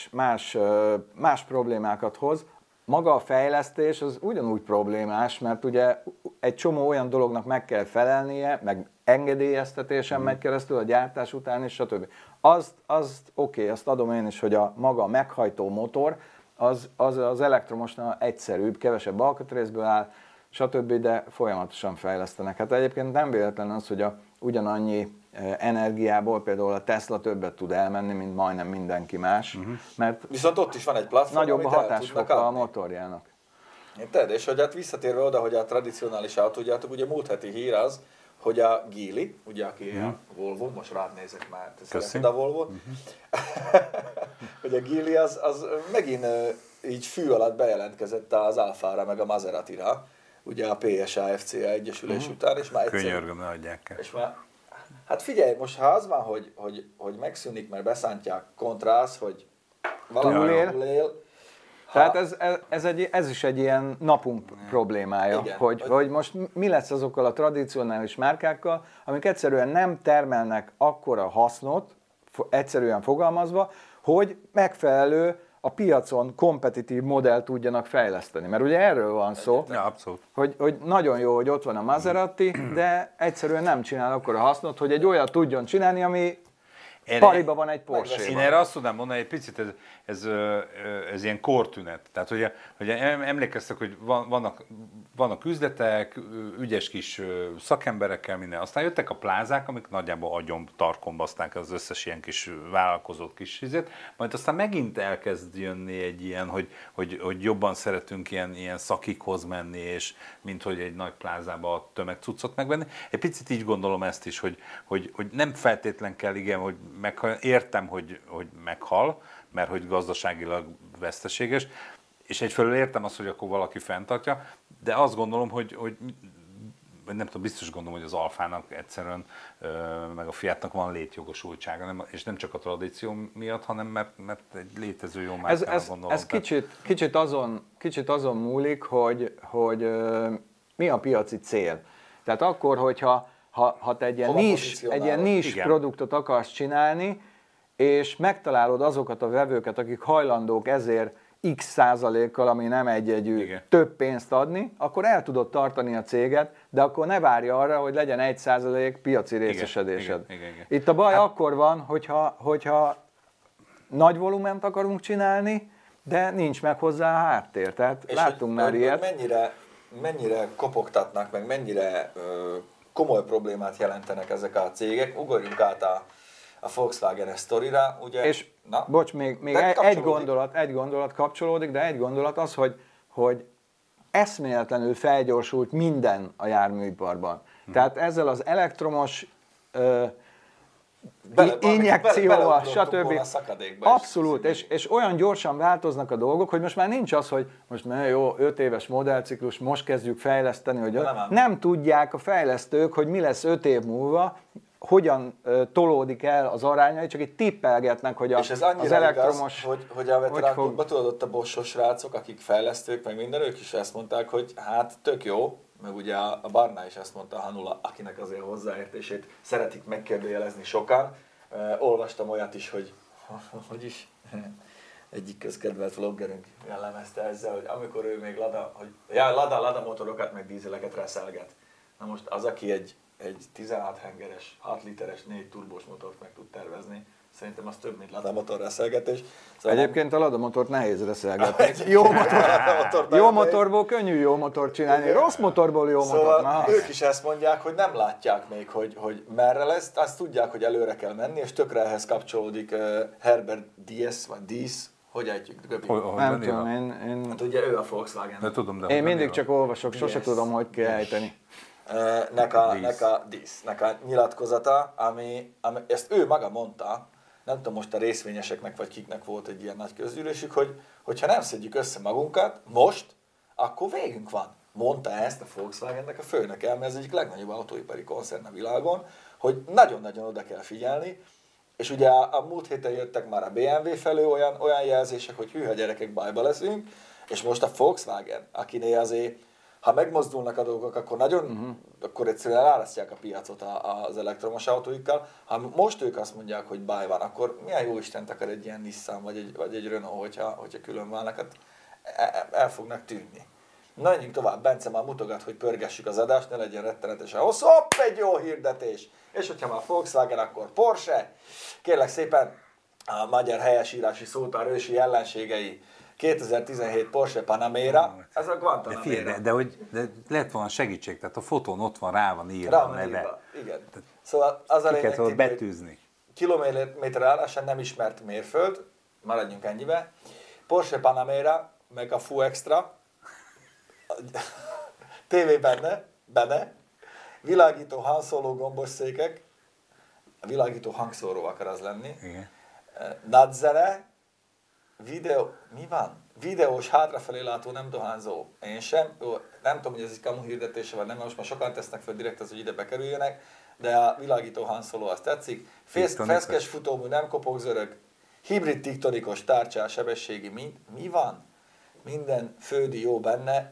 más problémákat hoz. Maga a fejlesztés az ugyanúgy problémás, mert ugye egy csomó olyan dolognak meg kell felelnie, meg engedélyeztetésen megy keresztül a gyártás után, és stb. Azt oké, azt adom én is, hogy a maga meghajtó motor, az elektromosnál egyszerűbb, kevesebb alkatrészből áll, stb., de folyamatosan fejlesztenek. Hát egyébként nem véletlen az, hogy ugyanannyi energiából például a Tesla többet tud elmenni, mint majdnem mindenki más. Mert viszont ott is van egy platform, nagyobb a hatásfoka a motorjának. Érted? És hogy hát visszatérve oda, hogy a tradicionális autógyártók, ugye múlt heti hír az, hogy a Geely, ugye aki a Volvo, most rád nézek már, te szereted a Volvo, hogy a Geely az megint így fű alatt bejelentkezett az Alfára meg a Maseratira, ugye a PSA-FCA egyesülés után, és már könyörgöm, ne adják el. És már, hát figyelj, most ha az van, hogy megszűnik, mert beszántják kontrász, hogy valami túlél. Tehát ez is egy ilyen napunk problémája, igen, hogy most mi lesz azokkal a tradicionális márkákkal, amik egyszerűen nem termelnek akkora hasznot, egyszerűen fogalmazva, hogy megfelelő a piacon kompetitív modellt tudjanak fejleszteni. Mert ugye erről van szó, ja, abszolút. Hogy nagyon jó, hogy ott van a Maserati, de egyszerűen nem csinál akkora hasznot, hogy egy olyat tudjon csinálni, ami pariba van egy Porsche-ban. Én erre azt tudnám mondani, egy picit ez ilyen kortünet. Tehát, hogy emlékeztek, hogy vannak üzletek, ügyes kis szakemberekkel, minden. Aztán jöttek a plázák, amik nagyjából agyon tarkombazták az összes ilyen kis vállalkozót kis izét. Majd aztán megint elkezd jönni egy ilyen, hogy jobban szeretünk ilyen szakikhoz menni, és mint hogy egy nagy plázába a tömegcuccot megvenni. Egy picit így gondolom ezt is, hogy nem feltétlen kell, igen, hogy értem, hogy meghal, mert hogy gazdaságilag veszteséges, és egyfelől értem azt, hogy akkor valaki fenntartja, de azt gondolom, hogy nem tudom, biztos gondolom, hogy az Alfának egyszerűen, meg a Fiatnak van létjogosultsága, és nem csak a tradíció miatt, hanem mert egy létező jó márkának gondolom. Ez kicsit azon múlik, hogy mi a piaci cél. Tehát akkor, hogyha te egy ilyen nis produktot akarsz csinálni, és megtalálod azokat a vevőket, akik hajlandók ezért x százalékkal, ami nem egyegyű, több pénzt adni, akkor el tudod tartani a céget, de akkor ne várj arra, hogy legyen 1% piaci részesedésed. Igen. Itt a baj akkor van, hogyha nagy volument akarunk csinálni, de nincs meg hozzá a háttér. Tehát és láttunk már ilyet. Mennyire kopogtatnak, meg mennyire komoly problémát jelentenek ezek a cégek. Ugorjunk át a Volkswagen sztorira, ugye? És bocs, még egy gondolat kapcsolódik, de egy gondolat az, hogy eszméletlenül felgyorsult minden a járműiparban. Tehát ezzel az elektromos injekcióval, stb. Abszolút, és olyan gyorsan változnak a dolgok, hogy most már nincs az, hogy most már jó, 5 éves modellciklus, most kezdjük fejleszteni, hogy nem tudják a fejlesztők, hogy mi lesz 5 év múlva, hogyan tolódik el az arányai, csak itt tippelgetnek, hogy és ez az elektromos... Igaz, hogy a veteránkokban tudod, ott a Bosch-os srácok, akik fejlesztők, meg minden, ők is ezt mondták, hogy hát tök jó, meg ugye a Barna is ezt mondta, a Hanula, akinek azért a hozzáértését szeretik megkérdőjelezni sokan. Olvastam olyat is, hogy is egyik közkedvelt vloggerünk jellemezte ezzel, hogy amikor ő még Lada motorokat, meg dízeleket reszelget. Na most az, aki egy 16 hengeres, 6 literes, 4 turbós motort meg tud tervezni, szerintem az több, mint Lada motor reszelgetés. Szóval egyébként a Lada motort nehéz reszelgetni. Jó motorból könnyű jó motort csinálni, rossz motorból jó szóval motort. Ők is ezt mondják, hogy nem látják még, hogy merre lesz, azt tudják, hogy előre kell menni, és tökre ehhez kapcsolódik Herbert Diess, vagy Diess, hogy ejtjük? Nem tudom, én... Hát ugye ő a Volkswagen. De tudom, de én mindig csak olvasok, sose tudom, hogy kell ejteni. Nek a nyilatkozata, ami ezt ő maga mondta, nem tudom most a részvényeseknek vagy kiknek volt egy ilyen nagy közgyűlésük, hogy ha nem szedjük össze magunkat most, akkor végünk van. Mondta ezt a Volkswagennek a főnöke, mert ez egyik legnagyobb autóipari koncern a világon, hogy nagyon-nagyon oda kell figyelni, és ugye a múlt héten jöttek már a BMW felől olyan jelzések, hogy hűha gyerekek, bajba leszünk, és most a Volkswagen, akinél azért ha megmozdulnak a dolgok, akkor akkor egyszerűen elárasztják a piacot az elektromos autóikkal. Ha most ők azt mondják, hogy baj van, akkor milyen jó Istent akar egy ilyen Nissan vagy egy Renault, hogyha külön válnak, hát el fognak tűnni. Na, menjünk tovább. Bence már mutogat, hogy pörgessük az adást, ne legyen rettenetesen hosszú. Hopp, egy jó hirdetés! És hogyha már Volkswagen, akkor Porsche. Kérlek szépen, a magyar helyesírási szótár ősi ellenségei 2017 Porsche Panamera, ez a Guantanamera. De lehet volna segítség, tehát a fotón ott van, rá van írva a neve. Igen. Szóval az a lényeg, hogy betűzni. Kilométer állásán nem ismert mérföld, maradjunk ennyibe. Porsche Panamera, meg a Fu Extra, TV benne, világító hangszóró gombos székek, világító hangszóró akar az lenni, igen. Nadzene, mi van? Videós, hátrafelé látó, nem dohányzó. Én sem. Nem tudom, hogy ez egy kamu hirdetése, vagy nem, most már sokan tesznek fel direkt az, hogy ide bekerüljenek, de a világító hangszóló azt tetszik. Feszkes futómű, nem kopog zörög, hibrid tiktonikos tárcsás, sebességi, mi van? Minden földi jó benne.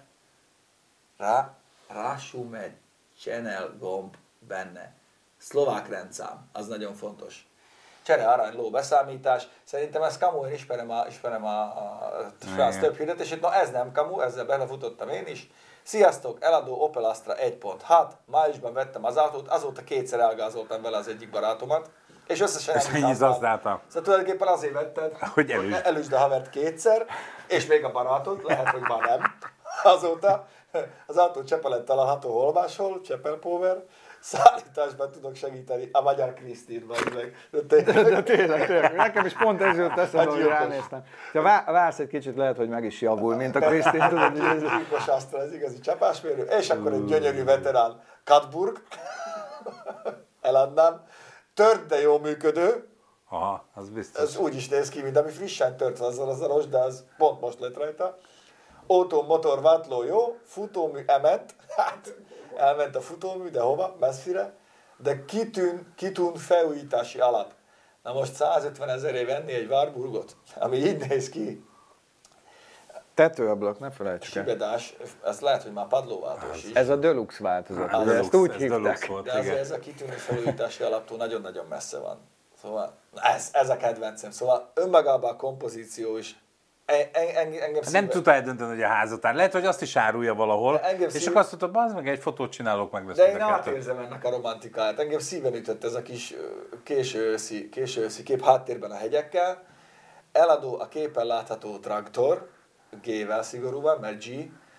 Rásum egy channel gomb benne. Szlovák rendszám, az nagyon fontos. Csere arany ló beszámítás. Szerintem ez kamu, én ismerem a több hirdetését. Na ez nem kamu, ezzel belefutottam én is. Sziasztok, eladó Opel Astra 1.6. Májusban vettem az autót, azóta 2-szer elgázoltam vele az egyik barátomat. És összesen ennyit használtam. Szóval tulajdonképpen azért vetted, hogy elüsd a havert 2-szer, és még a barátod, lehet, hogy már nem. Azóta az autó Csepelen található hol máshol, Csepel Power. Szállításban tudok segíteni, a magyar Krisztin vagy meg. De tényleg. Nekem is pont ez jött eszembe, hogy ránéztem. Ha vársz egy kicsit, lehet, hogy meg is javul, mint a Krisztin. Most Astra, ez igazi csapásmérő. És akkor egy gyönyörű veterán Katburg. Eladnám. Tört, de jó működő. Aha, az biztos. Ez úgy is néz ki, mint ami frissen tört azzal az aros, de az pont most lett rajta. Autó, motor, vátló jó, futómű emet. Hát, elment a futómű, de hova? Messzire. De kitűn felújítási alap. Na most 150 000 venni egy Warburgot, ami így néz ki. Tetőablak, ne felejtsük el. Sibedás, ez lehet, hogy már padlóváltós is. Ez a Deluxe változat, ezt úgy hívták. De azért ez a kitűnő felújítási alaptól nagyon-nagyon messze van. Szóval ez a kedvencem. Szóval önmagában a kompozíció is engem nem tudta eldönteni, hogy a házatán. Lehet, hogy azt is árulja valahol, és akkor azt mondta, bazd meg, egy fotót csinálok, meg lesz. De én átérzem ennek a romantikáját. Engem szíven ütött ez a kis késő őszi kép háttérben a hegyekkel. Eladó a képen látható traktor, G-vel szigorúan, mert G.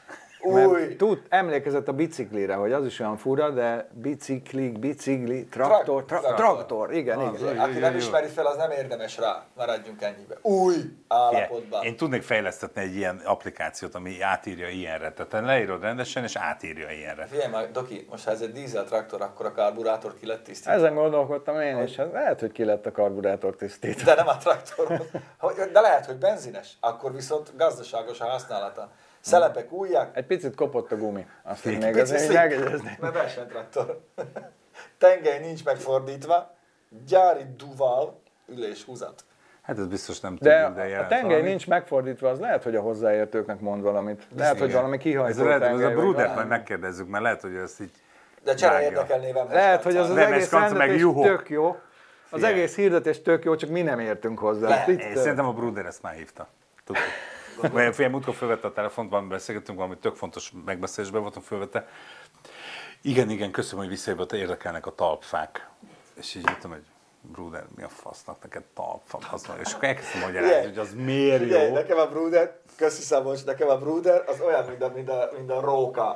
Emlékezett a biciklire, hogy az is olyan fura, de bicikli, traktor, igen. Aki nem ismeri fel, az nem érdemes rá, maradjunk ennyibe. Új állapotban. Én tudnék fejlesztetni egy ilyen applikációt, ami átírja ilyenre. Tehát leírod rendesen, és átírja ilyenre. Figyelj már, Doki, most ha ez egy dízel traktor, akkor a karburátor ki lett tisztítva. Ezen gondolkodtam én is, lehet, hogy ki lett a karburátor tisztítva. De nem a traktor. De lehet, hogy benzines, akkor viszont gazdaságos a használata. Szelepek újjak. Egy picit kopott a gumi. Azt még azért megjegyezni. Mert versenytraktor. Tengely nincs megfordítva, gyári duval, ülés húzat. Hát ez biztos nem tudjuk, de a tengely nincs megfordítva, az lehet, hogy a hozzáértőknek mond valamit. Lehet, hogy valami kihajtó tengely. Ez a Brudert majd megkérdezzük, mert lehet, hogy ezt így de csere érdekelnével. Lehet, hogy az egész rendetés tök jó. Az egész hirdetés tök jó, csak mi nem értünk hozzá. Én szerintem a Bruder ezt már hívta. Tudtuk. Fél múltkor fölvette a telefont, valami beszélgettünk, valami tök fontos megbeszélésben voltunk, fölvette. Igen, köszönöm, hogy visszajövött, érdekelnek a talpfák. És így jöttem, hogy Bruder, mi a fasznak neked talpfa? És akkor elkezdtem magyarázni, hogy az miért jó. Nekem a Bruder, köszi Szabolcs, nekem a Bruder az olyan, mint a róka.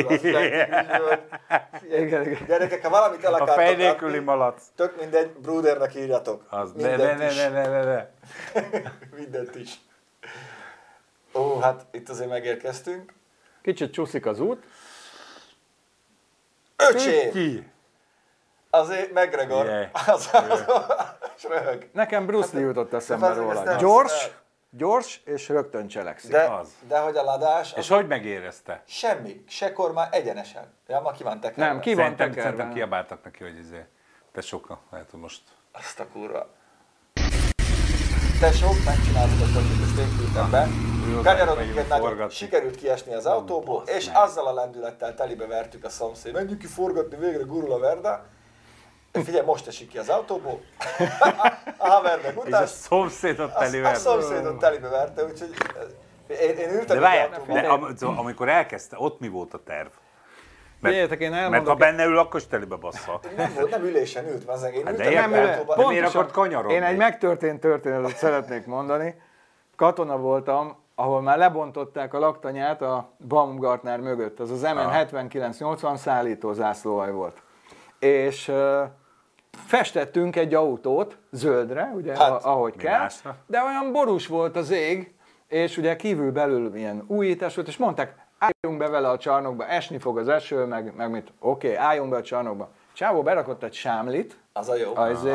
Gyerekek, ha valamit el akartok a fej nélküli malac. Tök mindegy, Brudernek írjatok. Ne. Mindent is. Ó, hát itt azért megérkeztünk. Kicsit csúszik az út. Öcsém! Ki? Azért McGregor. Az röhög. Nekem Bruce Lee jutott eszembe róla. Gyors és rögtön cselekszik. De hogy a ladás... És hogy megérezte? Semmi. Se kormány egyenesen. Ja, ma ki van tekerve. Nem, ki van tekerve. Szerintem kiabáltak neki, hogy te sokkal, lehet, hogy most... Azt a kurva. Tesók, megcsináltuk a kocsit, ezt én küldtem be. Kanyarodunk egy nagyot, sikerült kiesni az autóból, és azzal a lendülettel telibe vertük a szomszéd. Menjünk ki forgatni, végre gurul a Verda. Figyelj, most esik ki az autóból. A haver meg utás. És a szomszédot telibe verte. A szomszédot telibe verte, úgyhogy én ültem egy autóban. De amikor elkezdte, ott mi volt a terv? Mert ha benne ül, akkor is telibe bassza. Nem ülésen ült, én ültem de miért akart kanyarodni? Én egy megtörtént történetet szeretnék mondani. Katona voltam, ahol már lebontották a laktanyát a Baumgartner mögött. Az MN 7980 szállítózászlóhaj volt. És festettünk egy autót zöldre, ugye, ahogy kell, másra? De olyan borús volt az ég, és ugye kívül-belül ilyen újítás volt, és mondták, álljunk be vele a csarnokba, esni fog az eső, meg mit, oké, álljunk be a csarnokba. Csávó berakott egy sámlit, az a jó,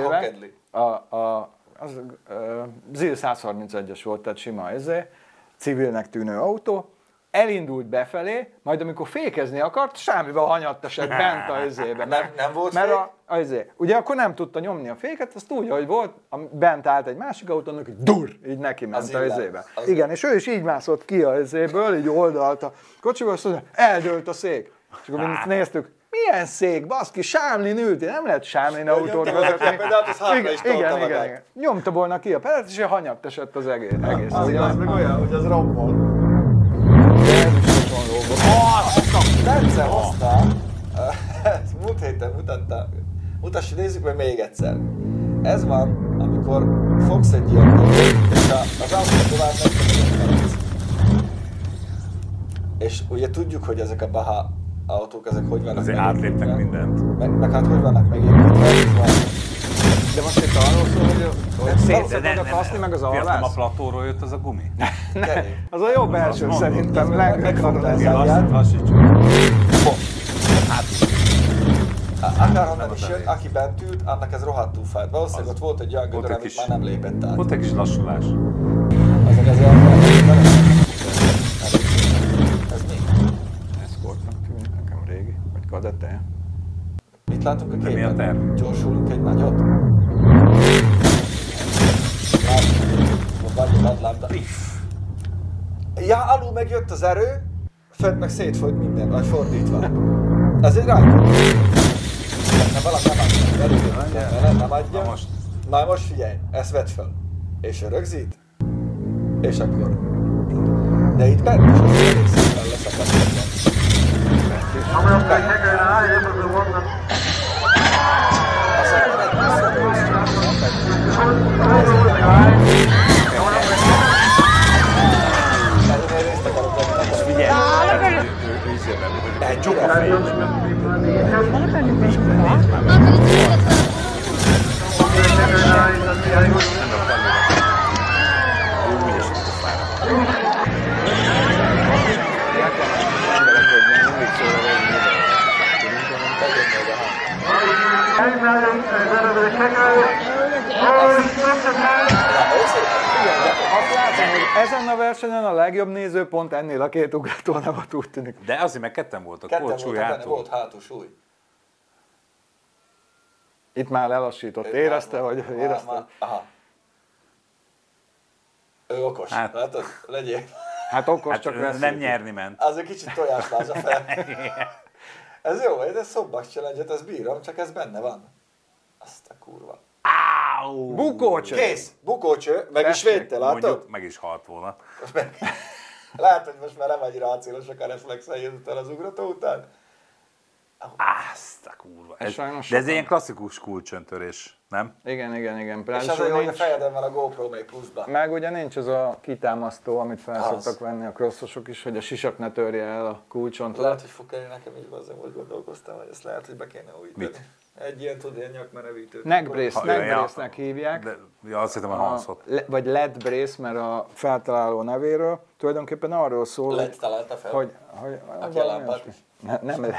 az ZIL 131-es volt, tehát sima civilnek tűnő autó, elindult befelé, majd amikor fékezni akart, semmivel hanyattasak bent a izébe. Nem volt fék? Ugye akkor nem tudta nyomni a féket, azt úgy, ahogy volt, bent állt egy másik autónak, hogy dur, így neki ment a izébe. Igen, és ő is így mászott ki a izéből, így oldalt a kocsiból, azt mondja, eldőlt a szék. És akkor mi néztük, milyen szék, baszki, sámlin ült, nem lehet sámlin autót vezetni. Igen. Nyomta volna ki a pedált, és hanyatt esett az egész. Az meg olyan, hogy az rommol. Egyszer hoztál, múlt héten mutassuk, nézzük meg még egyszer. Ez van, amikor fogsz egy ilyen dolgot, és az autó tovább megkezdődik. És ugye tudjuk, hogy ezek a Baha autók, ezek hogy vannak azért átléptek mindent. Meg hát hogy vannak megépítve. De most itt arról szól, hogy szétszeded a kaszni meg az alvász? Nem a platóról jött az a gumi? Az a jobb első szerintem. Lassítsuk. Akárhonnan is jön, aki bent ült, annak ez rohadtul fájt. Valószínűleg ott volt egy olyan gödör, amit már nem lépett át. Volt egy kis lassulás. Azok ez mi? Escortnak tűnik, nekem régi. Vagy kadette? Mit látunk a képen? Mi a terv? Gyorsulunk egy nagyot? Ja, alul megjött az erő, fent meg szétfolyt minden, vagy fordítva. Ez egy rájtó. Nem valaki nem adja. Na most figyelj, ezt vedd fel. És rögzít. És akkor. De itt bent is az elég szépen leszakadhatlan. Ezen a versenyen a legjobb nézőpont ennél a két ugratónál úgy tűnik. De azért meg ketten voltak, Ketten volt súly voltak benne, hátul. volt hátul súly. Itt már lelassított. Érezte, hogy érezte? Aha. Ő okos. Hát. Látod? Legyél. Hát okos, csak Hát nem nyerni ment. Az egy kicsit tojásláza fel. Ez jó, ez Szobbax challenge-et, ezt bírom, csak ez benne van. Azt a kurva. Bukócső! Kész! Bukócső, meg is Tessék, védte, látod? Mondjuk, meg is halt volna. Lehet, hogy most már nem annyira acélosak a reflexei után az ugrató után. Azt a kurva. Ez Ez, sajnos de ez sokan. ilyen klasszikus kulcsöntörés, nem? Igen. És azért, hogy a fejeden van a GoPro még pluszban. Meg ugye nincs az a kitámasztó, amit fel Az. szoktak venni a crossosok is, hogy a sisak ne törje el a kulcson. Lehet, hogy fog kelleni nekem is, bazzem, hogy gondolkoztam, hogy ezt lehet, hogy be kéne újítani. Mit? Egy ilyen, tud, ilyen nyakmerevítőt. Neckbrace-nek hívják. De, ja, azt hittem a Hansot. Vagy LED brace, mert a feltaláló nevéről tulajdonképpen arról szól, Lehet találta fel. hogy Aki a valami lámpát olyasmi. is. Nem,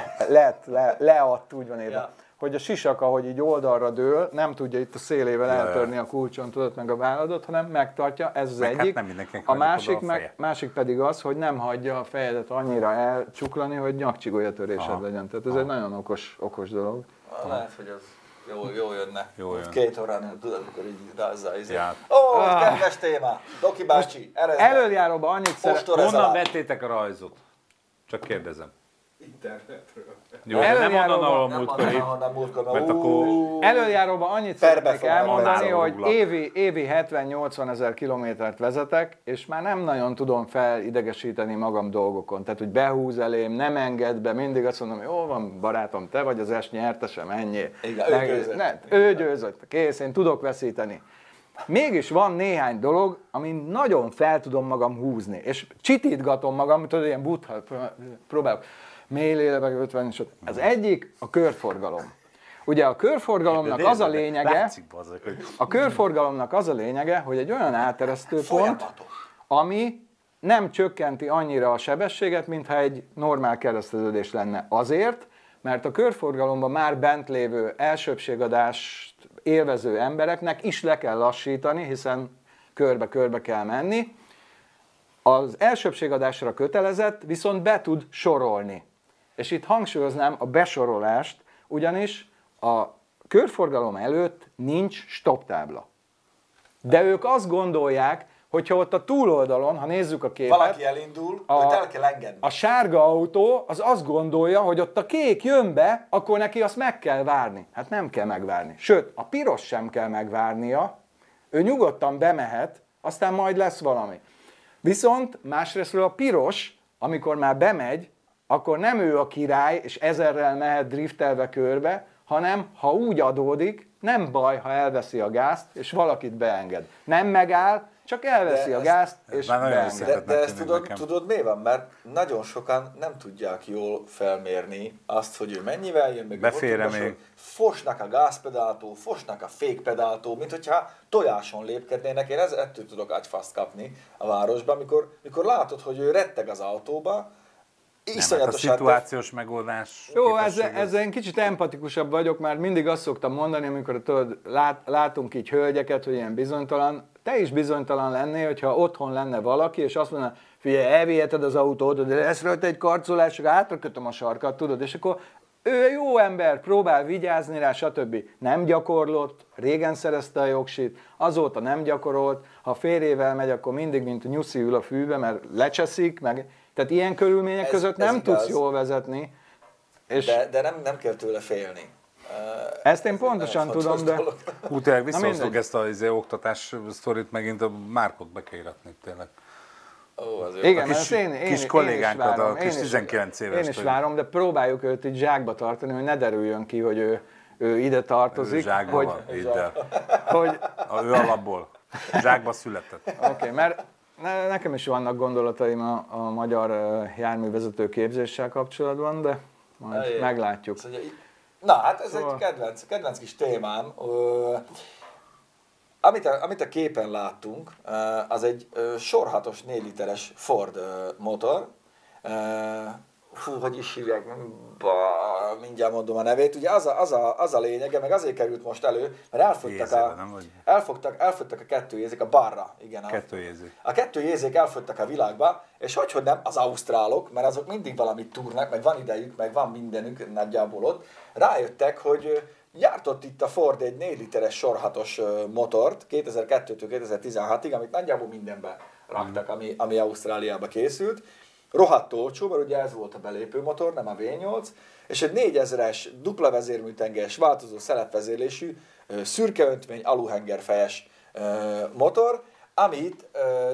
leadt, úgy van írva. Ja. Hogy a sisak, ahogy így oldalra dől, nem tudja itt a szélével eltörni a kulcson, tudod, meg a válladat, hanem megtartja, ez az Meg hát egyik. nem mindenkinek A hajlik másik, oda a feje. másik pedig az, hogy nem hagyja a fejedet annyira elcsuklani, hogy nyakcsigolya-törésed legyen. Tehát ez egy nagyon okos dolog. Lehet, hogy az jó jönne. Jó jön. 2 órán, tudod, amikor így rázza izé. Ja. Ó, kedves téma! Doki bácsi, erre Előjáróban annyit Ostor ez Honnan alá. vettétek a rajzot? Csak kérdezem. Internetről. Jó, de nem Előjáróban- onnan, ahol Nem múltkor itt. onnan múltkor, Mert akkor- Előjáróban annyit Perbe szeretnék fog elmondani, menni. hogy Rúglak. évi 70-80 ezer kilométert vezetek, és már nem nagyon tudom felidegesíteni magam dolgokon. Tehát, hogy behúz elém, nem enged be, mindig azt mondom, jó van, barátom, te vagy az est nyertese, menjél. Igen, ő győzött. Ő győzött, kész, én tudok veszíteni. Mégis van néhány dolog, amin nagyon fel tudom magam húzni, és csitítgatom magam, tudod, ilyen buddha, próbálok mély lélekbe venni, és az egyik a körforgalom. Ugye a körforgalomnak az a lényege, Látszik, bazzak, hogy a körforgalomnak az a lényege, hogy egy olyan áteresztő pont, Folyamatos. ami nem csökkenti annyira a sebességet, mintha egy normál kereszteződés lenne. Azért, mert a körforgalomban már bent lévő elsőbbségadást élvező embereknek is le kell lassítani, hiszen körbe-körbe kell menni. Az elsőbbségadásra kötelezett, viszont be tud sorolni. És itt hangsúlyoznám a besorolást, ugyanis a körforgalom előtt nincs stoptábla. De ők azt gondolják, hogyha ott a túloldalon, ha nézzük a képet, Valaki elindul, őt el kell engedni. a sárga autó az azt gondolja, hogy ott a kék jön be, akkor neki azt meg kell várni. Hát nem kell megvárni. Sőt, a piros sem kell megvárnia, ő nyugodtan bemehet, aztán majd lesz valami. Viszont másrésztről a piros, amikor már bemegy, akkor nem ő a király, és ezerrel mehet driftelve körbe, hanem ha úgy adódik, nem baj, ha elveszi a gázt, és valakit beenged. Nem megáll, csak elveszi De a ezt- gázt, és már nagyon beenged. összetett. De ezt tűnik nekem. tudod mi van? Mert nagyon sokan nem tudják jól felmérni azt, hogy ő mennyivel jön, meg Befér-e hogy még? Fosnak a gázpedáltól, fosnak a fékpedáltól, mint hogyha tojáson lépkednének. Én ettől tudok agyfaszt kapni a városban, mikor látod, hogy ő retteg az autóba, nem, hát a iszonyatosan szituációs megoldás. Jó, képesség az- ezzel én kicsit empatikusabb vagyok, mert mindig azt szoktam mondani, amikor tudod, látunk így hölgyeket, hogy ilyen bizonytalan, te is bizonytalan lennél, hogyha otthon lenne valaki, és azt mondaná, figyelj, elviheted az autót, de lesz rajta egy karcolás, csak átrakötöm a sarkat, tudod, és akkor ő jó ember, próbál vigyázni rá, stb. Nem gyakorlott, régen szerezte a jogsit, azóta nem gyakorolt, ha férjével megy, akkor mindig, mint a nyuszi ül a fűbe, mert lecseszik, meg... Tehát ilyen körülmények között ez nem igaz. tudsz jól vezetni. És De nem kell tőle félni. ezt én Ez pontosan egy nagyon tudom, fontos de... dolog. Hú, tényleg visszahozok mindegy. ezt az oktatás sztorit, megint a Márkot be kell iratni, tényleg. Ó, az jó. Igen, A mert kis- ezt én kis is kollégánkat, várom, a kis 19 Én évest, is hogy- várom, de próbáljuk őt így zsákba tartani, hogy ne derüljön ki, hogy ő ide tartozik. Zsákba hogy, van, hidd el. hogy Ő alapból. Zsákba született. Oké, mert nekem is vannak gondolataim a magyar járművezető képzéssel kapcsolatban, de majd Eljé. meglátjuk. Azt mondja, Na, hát ez egy kedvenc kis témám. Amit a képen láttunk, az egy sorhatos 4 literes Ford motor. Hogy is hívják, mindjárt mondom a nevét. Ugye az a lényege, meg azért került most elő, mert elfogytak a kettőjézék, a barra, igen. A kettőjézék elfogytak a világba, és hogy nem az ausztrálok, mert azok mindig valamit túrnak, meg van idejük, meg van mindenük nagyjából ott, rájöttek, hogy gyártott itt a Ford egy 4 literes sorhatos motort 2002-től 2016-ig, amit nagyjából mindenbe raktak, ami Ausztráliába készült. Rohadt olcsó, mert ugye ez volt a belépő motor, nem a V8, és egy 4000-es dupla vezérműtenges, változó szelepvezérlésű, szürke öntmény, aluhengerfejes motor, amit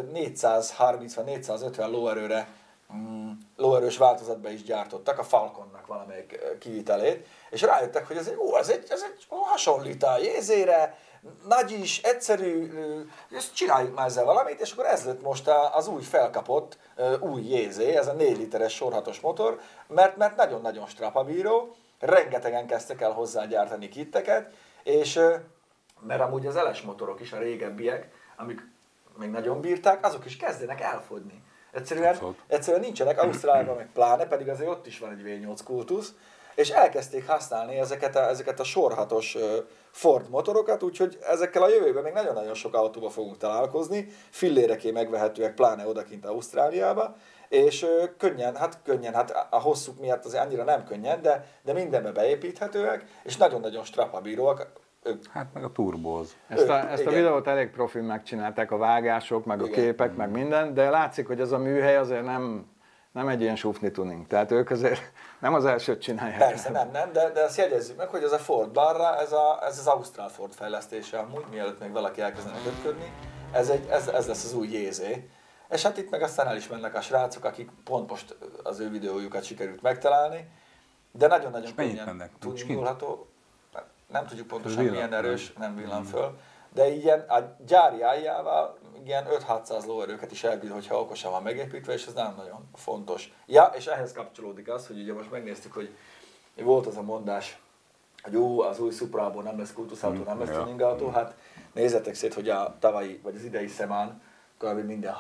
430-450 lóerős változatban is gyártottak, a Falconnak valamelyik kivitelét, és rájöttek, hogy ez egy hasonlít a Jézére, nagy is, egyszerű, és csináljuk már ezzel valamit, és akkor ez lett most az új felkapott új Jézé, ez a 4 literes sorhatos motor, mert nagyon-nagyon strapabíró, rengetegen kezdtek el hozzá gyártani kitteket, és mert amúgy az LS motorok is, a régebbiek, amik még nagyon bírták, azok is kezdenek elfogyni. Egyszerűen nincsenek Ausztráliában, meg pláne, pedig azért ott is van egy V8 kultusz, és elkezdték használni ezeket a sorhatos Ford motorokat, úgyhogy ezekkel a jövőben még nagyon-nagyon sok autóba fogunk találkozni, filléreké megvehetőek, pláne odakint Ausztráliába, és könnyen, hát a hosszuk miatt azért annyira nem könnyen, de mindenbe beépíthetőek, és nagyon-nagyon strapabíróak. Hát meg a turbóz. Ezt a videót elég profil megcsinálták, a vágások, meg a képek, meg minden, de látszik, hogy ez a műhely azért nem egy ilyen sufni tuning. Tehát ők azért nem az elsőt csinálják. Persze, nem, de ezt jegyezzük meg, hogy ez a Ford Barra, ez az Ausztrál Ford fejlesztése amúgy, mielőtt még valaki elkezdene kötködni. Ez lesz az új Jézé. És hát itt meg aztán el is mennek a srácok, akik pont most az ő videójukat sikerült megtalálni, de nagyon-nagyon könnyen tuningolható. Nem tudjuk pontosan milyen erős, nem villan föl, de ilyen a gyári álljával ilyen 5-600 lóerőket is elbír, hogyha okosan van megépítve, és ez nagyon-nagyon fontos. Ja, és ehhez kapcsolódik az, hogy ugye most megnéztük, hogy volt az a mondás, hogy az új Suprából nem lesz kultuszautó, nem lesz tuningautó, hát nézzetek szét, hogy a tavalyi, vagy az idei Szemán, kb. Minden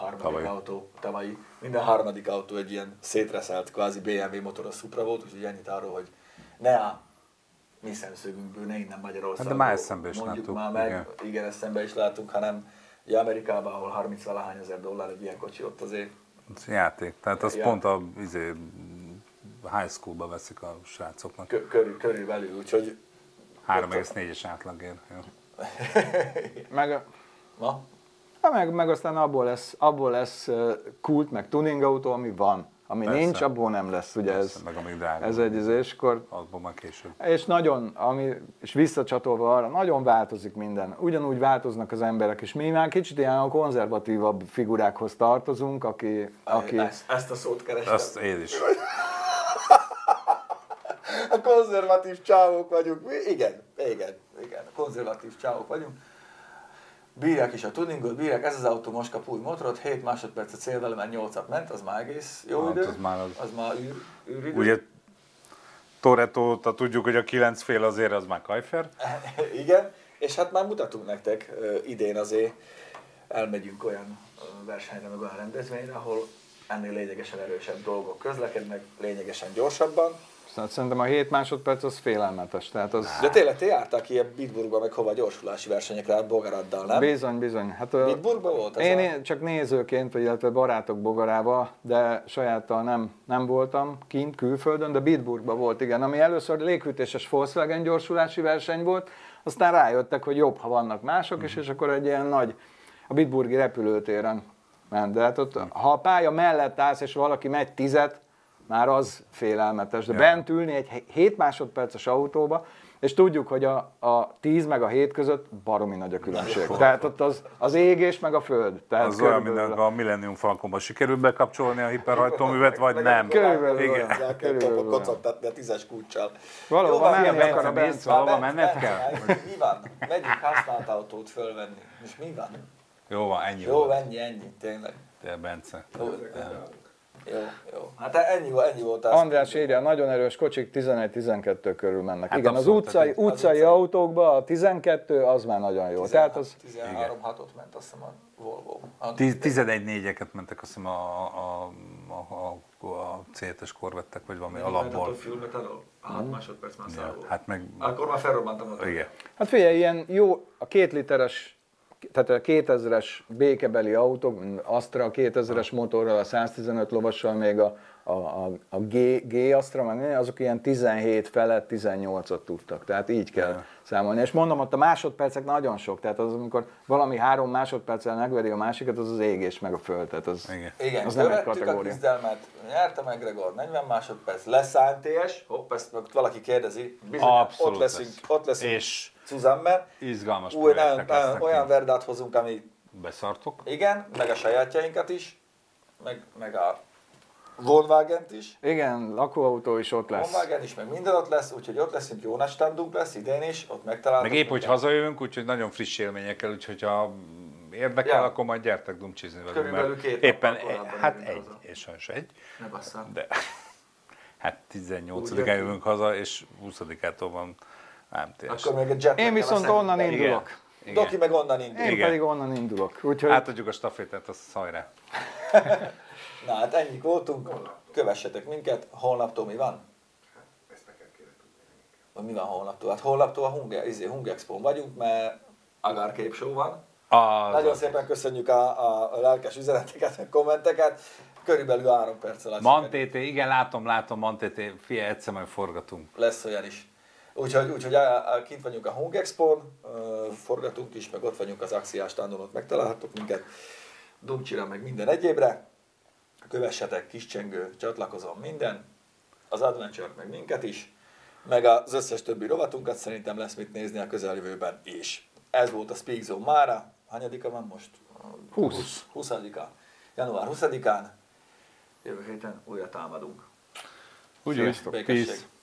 harmadik autó egy ilyen szétreszelt, kvázi BMW motoros Supra volt, úgyhogy ennyit arról, hogy ne a mi szemszögünkből, ne innen Magyarországon, hát de már eszembe is mondjuk láttuk, már meg, igen, eszembe is láttuk, hanem ugye Amerikában, ahol $30-valahány ezer egy ilyen kocsi, ott azért... Ez játék, tehát az pont a high schoolba veszik a srácoknak. Körülbelül, úgyhogy... 3,4-es átlagér. Meg aztán abból lesz kult, meg tuning autó, ami van. Ami persze, nincs, abból nem lesz, ugye persze, ez egy és akkor... Abból már később. És visszacsatolva arra, nagyon változik minden. Ugyanúgy változnak az emberek, és mi már kicsit ilyen a konzervatívabb figurákhoz tartozunk, aki... Ezt a szót kerestem. Azt én is. A konzervatív csávók vagyunk. Igen, a konzervatív csávók vagyunk. Bírják is a tuningot, ez az autó most kap új motorot, 7 másodperc a célvele, mert 8-at ment, az már egész jó idő. Az már űridő. Ugye Toretto-ta tudjuk, hogy a 9 fél azért az már kajfer. Igen, és hát már mutatunk nektek idén azért, elmegyünk olyan versenyre, meg olyan rendezvényre, ahol ennél lényegesen erősebb dolgok közlekednek, lényegesen gyorsabban. Szerintem a 7 másodperc az félelmetes. Tehát az... De tényleg te jártál ki a Bitburgba, meg hova gyorsulási versenyekre, hát Bogaraddal, nem? Bizony. Hát, Bitburgban volt ez én csak nézőként, vagy illetve barátok Bogarába, de sajáttal nem voltam kint, külföldön, de Bitburgban volt, igen. Ami először légfűtéses Volkswagen gyorsulási verseny volt, aztán rájöttek, hogy jobb, ha vannak mások is, és akkor egy ilyen nagy, a Bitburgi repülőtéren ment. De hát ott, ha a pálya mellett állsz, és valaki megy 10-et, már az félelmetes, de bent ülni egy 7 másodperces autóba, és tudjuk, hogy a 10 meg a 7 között baromi nagy a különbség. Tehát ott az égés meg a föld. Tehát az olyan, mint a Millennium Falconban sikerült bekapcsolni a hiperhajtóművet, vagy nem? Körülbelül kocogtatni a 10-es kulccsal. Valóban menni akar a Bence. Valóban menned kell? Mi van? Megyünk használt autót fölvenni. És mi van? Jó van, ennyi. Jó, ennyi, tényleg. Te Bence. Jó. Hát ennyi volt az. András írja, nagyon erős kocsik 11-12 körül mennek. Hát igen, az abszolút, utcai autókban a 12 az már nagyon jó. 13-6-ot ment azt hiszem a Volvo. 11-4-eket mentek azt hiszem a C7-es korvettek, vagy valami alapból. Hát másodperc már száll volt. Hát meg... Akkor már felrobbantam. Igen. Hát figyelj, ilyen jó, a 2 literes, tehát a 2000-es békebeli autók, Astra 2000-es motorral, a 115 lovassal, még a G Astra, meg azok ilyen 17 felett 18-ot tudtak, tehát így kell számolni. És mondom, ott a másodpercek nagyon sok, tehát az, amikor valami 3 másodperccel megveri a másikat, az az égés meg a föld, tehát az, igen, az nem egy a kategória. küzdelmet, nyerte McGregor 40 másodperc, lesz TS, hopp, ezt valaki kérdezi, bizony, ott leszünk és Suzanne-ben. izgalmas projektek lesznek. Olyan verdát hozunk, ami... Beszartok? Igen, meg a sajátjainkat is, meg a Volkswagen-t is. Igen, lakóautó is ott lesz. Volkswagen is, meg minden ott lesz, úgyhogy ott leszünk, jó nagy standunk lesz idén is, ott megtaláltuk. Meg épp, hogy hazajövünk, úgyhogy nagyon friss élményekkel, úgyhogy ha érdekel, akkor majd gyertek dumcsizni velünk. Körülbelül 2 éppen, nappal hát jövünk egy, haza. és sajnos egy. Ne basszál. De hát 18-án jövünk haza, és 20-ától van AMTS. Akkor még egy jet. Én viszont onnan indulok. Igen. Doki meg onnan indul. Én Igen. pedig onnan indulok. Úgyhogy... Átadjuk a stafétát, azt hajrá. Na hát ennyik voltunk, kövessetek minket, holnaptól mi van? Mi van holnaptól? Hát holnaptól a Hung Expo-n vagyunk, mert Agar Cape Show van. Nagyon szépen köszönjük a lelkes üzeneteket, a kommenteket. Körülbelül 3 perc alatt. Mantété, igen, látom, Mantété, figyelj, egyszer majd forgatunk. Lesz olyan is. Úgyhogy kint vagyunk a Hung Expo-n, forgatunk is, meg ott vagyunk az Axiás standon, ott megtalálhatok minket. Dumcsira, meg minden egyébre. Kövessetek, kiscsengő, csatlakozom, minden. Az Adventure-t, meg minket is. Meg az összes többi rovatunkat szerintem lesz mit nézni a közeljövőben is. Ez volt a Speak Zone mára. Hanyadika van most? 20. 20-a. Január 20-án. Jövő héten újra támadunk. Úgy, Sziasztok. Békesség. peace.